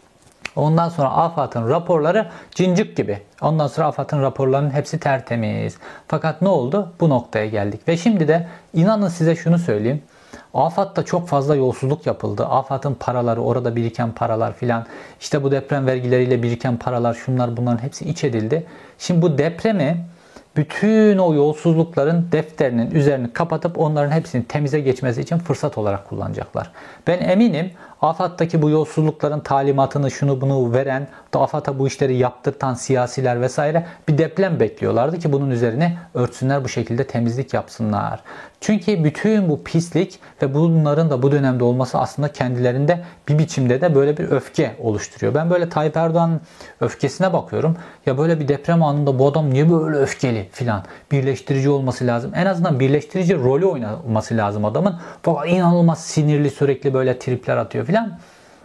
Ondan sonra AFAD'ın raporları cincik gibi. Ondan sonra AFAD'ın raporlarının hepsi tertemiz. Fakat ne oldu? Bu noktaya geldik. Ve şimdi de inanın size şunu söyleyeyim. AFAD'da çok fazla yolsuzluk yapıldı. AFAD'ın paraları, orada biriken paralar filan, işte bu deprem vergileriyle biriken paralar, şunlar bunların hepsi iç edildi. Şimdi bu depremi bütün o yolsuzlukların defterinin üzerini kapatıp onların hepsinin temize geçmesi için fırsat olarak kullanacaklar. Ben eminim AFAD'daki bu yolsuzlukların talimatını, şunu bunu veren, AFAD'a bu işleri yaptırtan siyasiler vesaire bir deprem bekliyorlardı ki bunun üzerine örtsünler, bu şekilde temizlik yapsınlar. Çünkü bütün bu pislik ve bunların da bu dönemde olması aslında kendilerinde bir biçimde de böyle bir öfke oluşturuyor. Ben böyle Tayyip Erdoğan'ın öfkesine bakıyorum. Ya böyle bir deprem anında bu adam niye böyle öfkeli filan? Birleştirici olması lazım. En azından birleştirici rolü oynaması lazım adamın. Fakat inanılmaz sinirli, sürekli böyle tripler atıyor filan.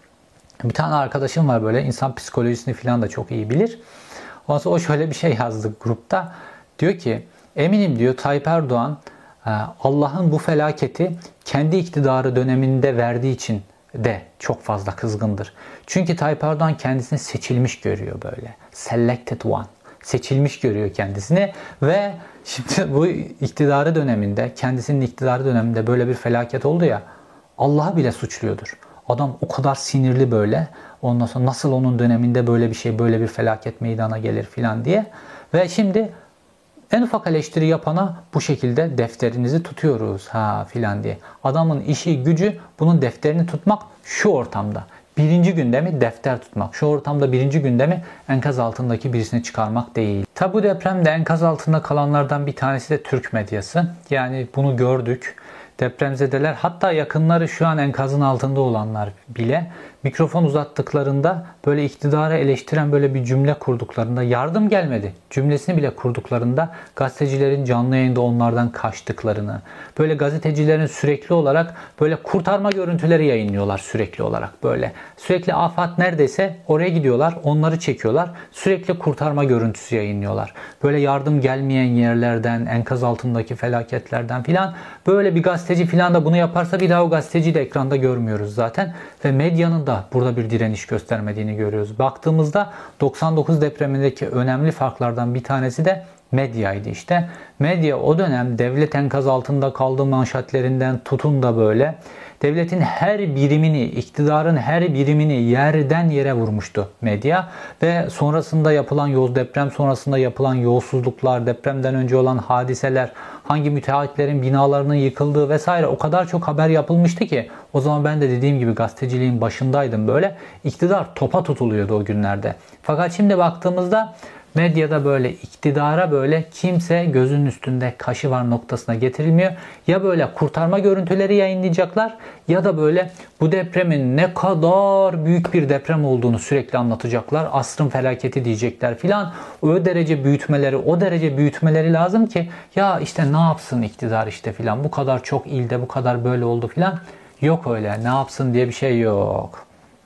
Bir tane arkadaşım var, böyle insan psikolojisini filan da çok iyi bilir. Ondan sonra o şöyle bir şey yazdı grupta. Diyor ki eminim diyor Tayyip Erdoğan Allah'ın bu felaketi kendi iktidarı döneminde verdiği için de çok fazla kızgındır. Çünkü Tayyip Erdoğan kendisini seçilmiş görüyor böyle. Selected one. Seçilmiş görüyor kendisini ve şimdi bu iktidarı döneminde, kendisinin iktidarı döneminde böyle bir felaket oldu ya, Allah'ı bile suçluyordur. Adam o kadar sinirli böyle. Ondan sonra nasıl onun döneminde böyle bir şey, böyle bir felaket meydana gelir filan diye. Ve şimdi en ufak eleştiri yapana bu şekilde defterinizi tutuyoruz ha filan diye. Adamın işi gücü bunun defterini tutmak şu ortamda. Birinci gündemi defter tutmak. Şu ortamda birinci gündemi enkaz altındaki birisini çıkarmak değil. Tabi bu depremde enkaz altında kalanlardan bir tanesi de Türk medyası. Yani bunu gördük. Depremzedeler, hatta yakınları şu an enkazın altında olanlar bile mikrofon uzattıklarında böyle iktidarı eleştiren böyle bir cümle kurduklarında, yardım gelmedi cümlesini bile kurduklarında gazetecilerin canlı yayında onlardan kaçtıklarını, böyle gazetecilerin sürekli olarak böyle kurtarma görüntüleri yayınlıyorlar sürekli olarak böyle. Sürekli AFAD neredeyse oraya gidiyorlar, onları çekiyorlar. Sürekli kurtarma görüntüsü yayınlıyorlar. Böyle yardım gelmeyen yerlerden, enkaz altındaki felaketlerden filan, böyle bir gazeteci filan da bunu yaparsa bir daha o gazeteciyi de ekranda görmüyoruz zaten. Ve medyanın da burada bir direniş göstermediğini görüyoruz. Baktığımızda doksan dokuz depremindeki önemli farklardan bir tanesi de medyaydı işte. Medya o dönem devlet enkaz altında kaldığı manşetlerinden tutun da böyle devletin her birimini, iktidarın her birimini yerden yere vurmuştu medya. Ve sonrasında yapılan yol, deprem sonrasında yapılan yolsuzluklar, depremden önce olan hadiseler, hangi müteahhitlerin binalarının yıkıldığı vesaire o kadar çok haber yapılmıştı ki o zaman ben de dediğim gibi gazeteciliğin başındaydım böyle. İktidar topa tutuluyordu o günlerde. Fakat şimdi baktığımızda medyada böyle iktidara böyle kimse gözünün üstünde kaşı var noktasına getirilmiyor. Ya böyle kurtarma görüntüleri yayınlayacaklar ya da böyle bu depremin ne kadar büyük bir deprem olduğunu sürekli anlatacaklar. Asrın felaketi diyecekler filan. O derece büyütmeleri, o derece büyütmeleri lazım ki ya işte ne yapsın iktidar işte filan. Bu kadar çok ilde bu kadar böyle oldu filan. Yok öyle, ne yapsın diye bir şey yok.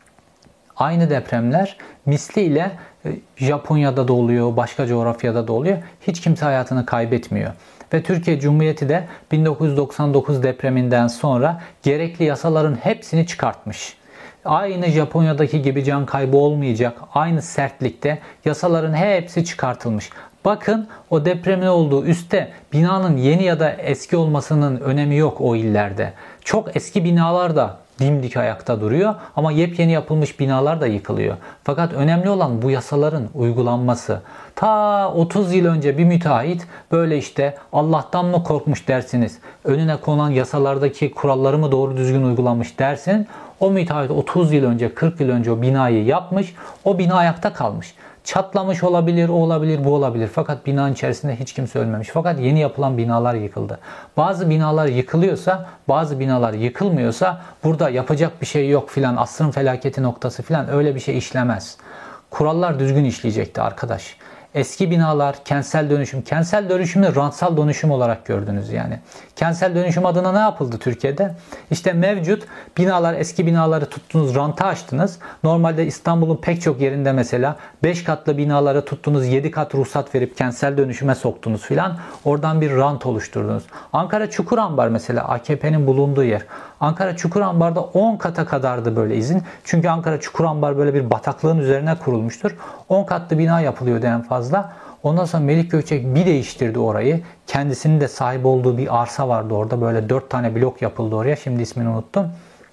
Aynı depremler misliyle Japonya'da da oluyor, başka coğrafyada da oluyor. Hiç kimse hayatını kaybetmiyor. Ve Türkiye Cumhuriyeti de bin dokuz yüz doksan dokuz depreminden sonra gerekli yasaların hepsini çıkartmış. Aynı Japonya'daki gibi can kaybı olmayacak, aynı sertlikte yasaların hepsi çıkartılmış. Bakın o depremin olduğu üstte binanın yeni ya da eski olmasının önemi yok o illerde. Çok eski binalar da dimdik ayakta duruyor ama yepyeni yapılmış binalar da yıkılıyor. Fakat önemli olan bu yasaların uygulanması. Ta otuz yıl önce bir müteahhit böyle işte Allah'tan mı korkmuş dersiniz, önüne konan yasalardaki kuralları mı doğru düzgün uygulanmış dersin. O müteahhit otuz yıl önce, kırk yıl önce o binayı yapmış, o bina ayakta kalmış. Çatlamış olabilir, o olabilir, bu olabilir. Fakat binanın içerisinde hiç kimse ölmemiş. Fakat yeni yapılan binalar yıkıldı. Bazı binalar yıkılıyorsa, bazı binalar yıkılmıyorsa burada yapacak bir şey yok filan, asrın felaketi noktası filan öyle bir şey işlemez. Kurallar düzgün işleyecekti arkadaş. Eski binalar, kentsel dönüşüm, kentsel dönüşümü rantsal dönüşüm olarak gördünüz yani. Kentsel dönüşüm adına ne yapıldı Türkiye'de? İşte mevcut binalar, eski binaları tuttunuz, ranta açtınız. Normalde İstanbul'un pek çok yerinde mesela beş katlı binaları tuttunuz, yedi kat ruhsat verip kentsel dönüşüme soktunuz filan. Oradan bir rant oluşturdunuz. Ankara Çukurambar mesela, A K P'nin bulunduğu yer. Ankara Çukurambar'da on kata kadardı böyle izin. Çünkü Ankara Çukurambar böyle bir bataklığın üzerine kurulmuştur. on katlı bina yapılıyordu en fazla. Ondan sonra Melik Gökçek bir değiştirdi orayı. Kendisinin de sahip olduğu bir arsa vardı orada. Böyle dört tane blok yapıldı oraya. Şimdi ismini unuttum.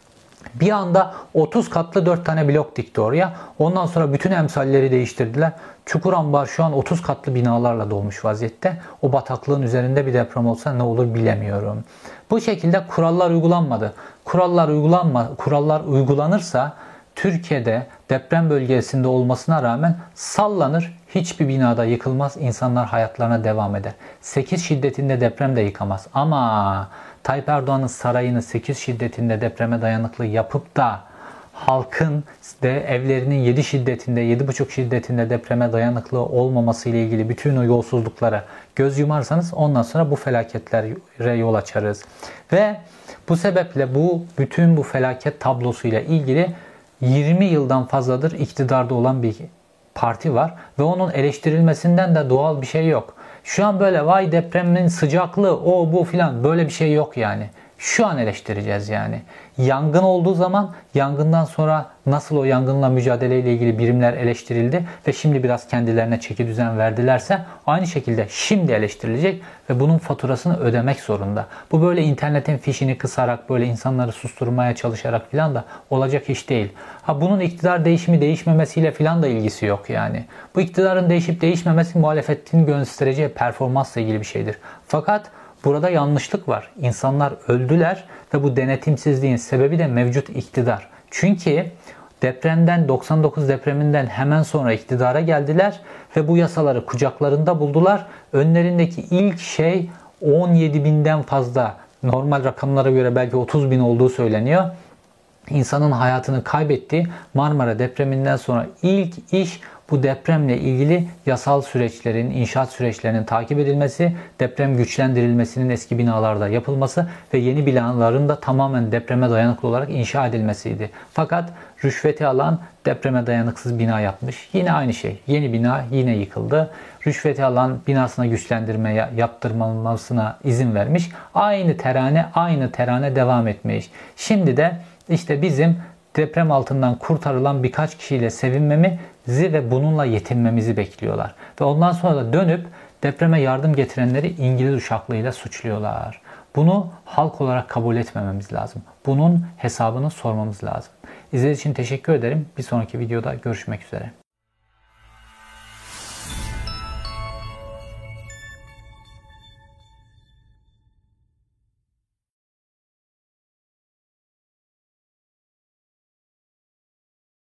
Bir anda otuz katlı dört tane blok dikti oraya. Ondan sonra bütün emsalleri değiştirdiler. Çukurambar şu an otuz katlı binalarla dolmuş vaziyette. O bataklığın üzerinde bir deprem olsa ne olur bilemiyorum. Bu şekilde kurallar uygulanmadı. Kurallar uygulanma, kurallar uygulanırsa Türkiye'de deprem bölgesinde olmasına rağmen sallanır, hiçbir binada yıkılmaz, insanlar hayatlarına devam eder. sekiz şiddetinde deprem de yıkamaz. Ama Tayyip Erdoğan'ın sarayını sekiz şiddetinde depreme dayanıklı yapıp da halkın de evlerinin yedi şiddetinde, yedi buçuk şiddetinde depreme dayanıklı olmaması ile ilgili bütün o yolsuzluklara göz yumarsanız ondan sonra bu felaketlere yol açarız. Ve bu sebeple bu bütün bu felaket tablosuyla ilgili yirmi yıldan fazladır iktidarda olan bir parti var ve onun eleştirilmesinden de doğal bir şey yok. Şu an böyle vay depremin sıcaklığı o bu filan böyle bir şey yok yani. Şu an eleştireceğiz yani. Yangın olduğu zaman yangından sonra nasıl o yangınla mücadeleyle ilgili birimler eleştirildi ve şimdi biraz kendilerine çeki düzen verdilerse aynı şekilde şimdi eleştirilecek ve bunun faturasını ödemek zorunda. Bu böyle internetin fişini kısarak böyle insanları susturmaya çalışarak filan da olacak iş değil. Ha bunun iktidar değişimi değişmemesiyle filan da ilgisi yok yani. Bu iktidarın değişip değişmemesi muhalefetin göstereceği performansla ilgili bir şeydir. Fakat burada yanlışlık var. İnsanlar öldüler ve bu denetimsizliğin sebebi de mevcut iktidar. Çünkü depremden doksan dokuz depreminden hemen sonra iktidara geldiler ve bu yasaları kucaklarında buldular. Önlerindeki ilk şey on yedi binden fazla, normal rakamlara göre belki otuz bin olduğu söyleniyor. İnsanın hayatını kaybettiği Marmara depreminden sonra ilk iş bu depremle ilgili yasal süreçlerin, inşaat süreçlerinin takip edilmesi, deprem güçlendirilmesinin eski binalarda yapılması ve yeni binaların da tamamen depreme dayanıklı olarak inşa edilmesiydi. Fakat rüşveti alan depreme dayanıksız bina yapmış. Yine aynı şey. Yeni bina yine yıkıldı. Rüşveti alan binasına güçlendirmeye, yaptırılmasına izin vermiş. Aynı terane, aynı terane devam etmiş. Şimdi de işte bizim deprem altından kurtarılan birkaç kişiyle sevinmemizi ve bununla yetinmemizi bekliyorlar. Ve ondan sonra da dönüp depreme yardım getirenleri İngiliz uçaklığıyla suçluyorlar. Bunu halk olarak kabul etmememiz lazım. Bunun hesabını sormamız lazım. İzlediğiniz için teşekkür ederim. Bir sonraki videoda görüşmek üzere.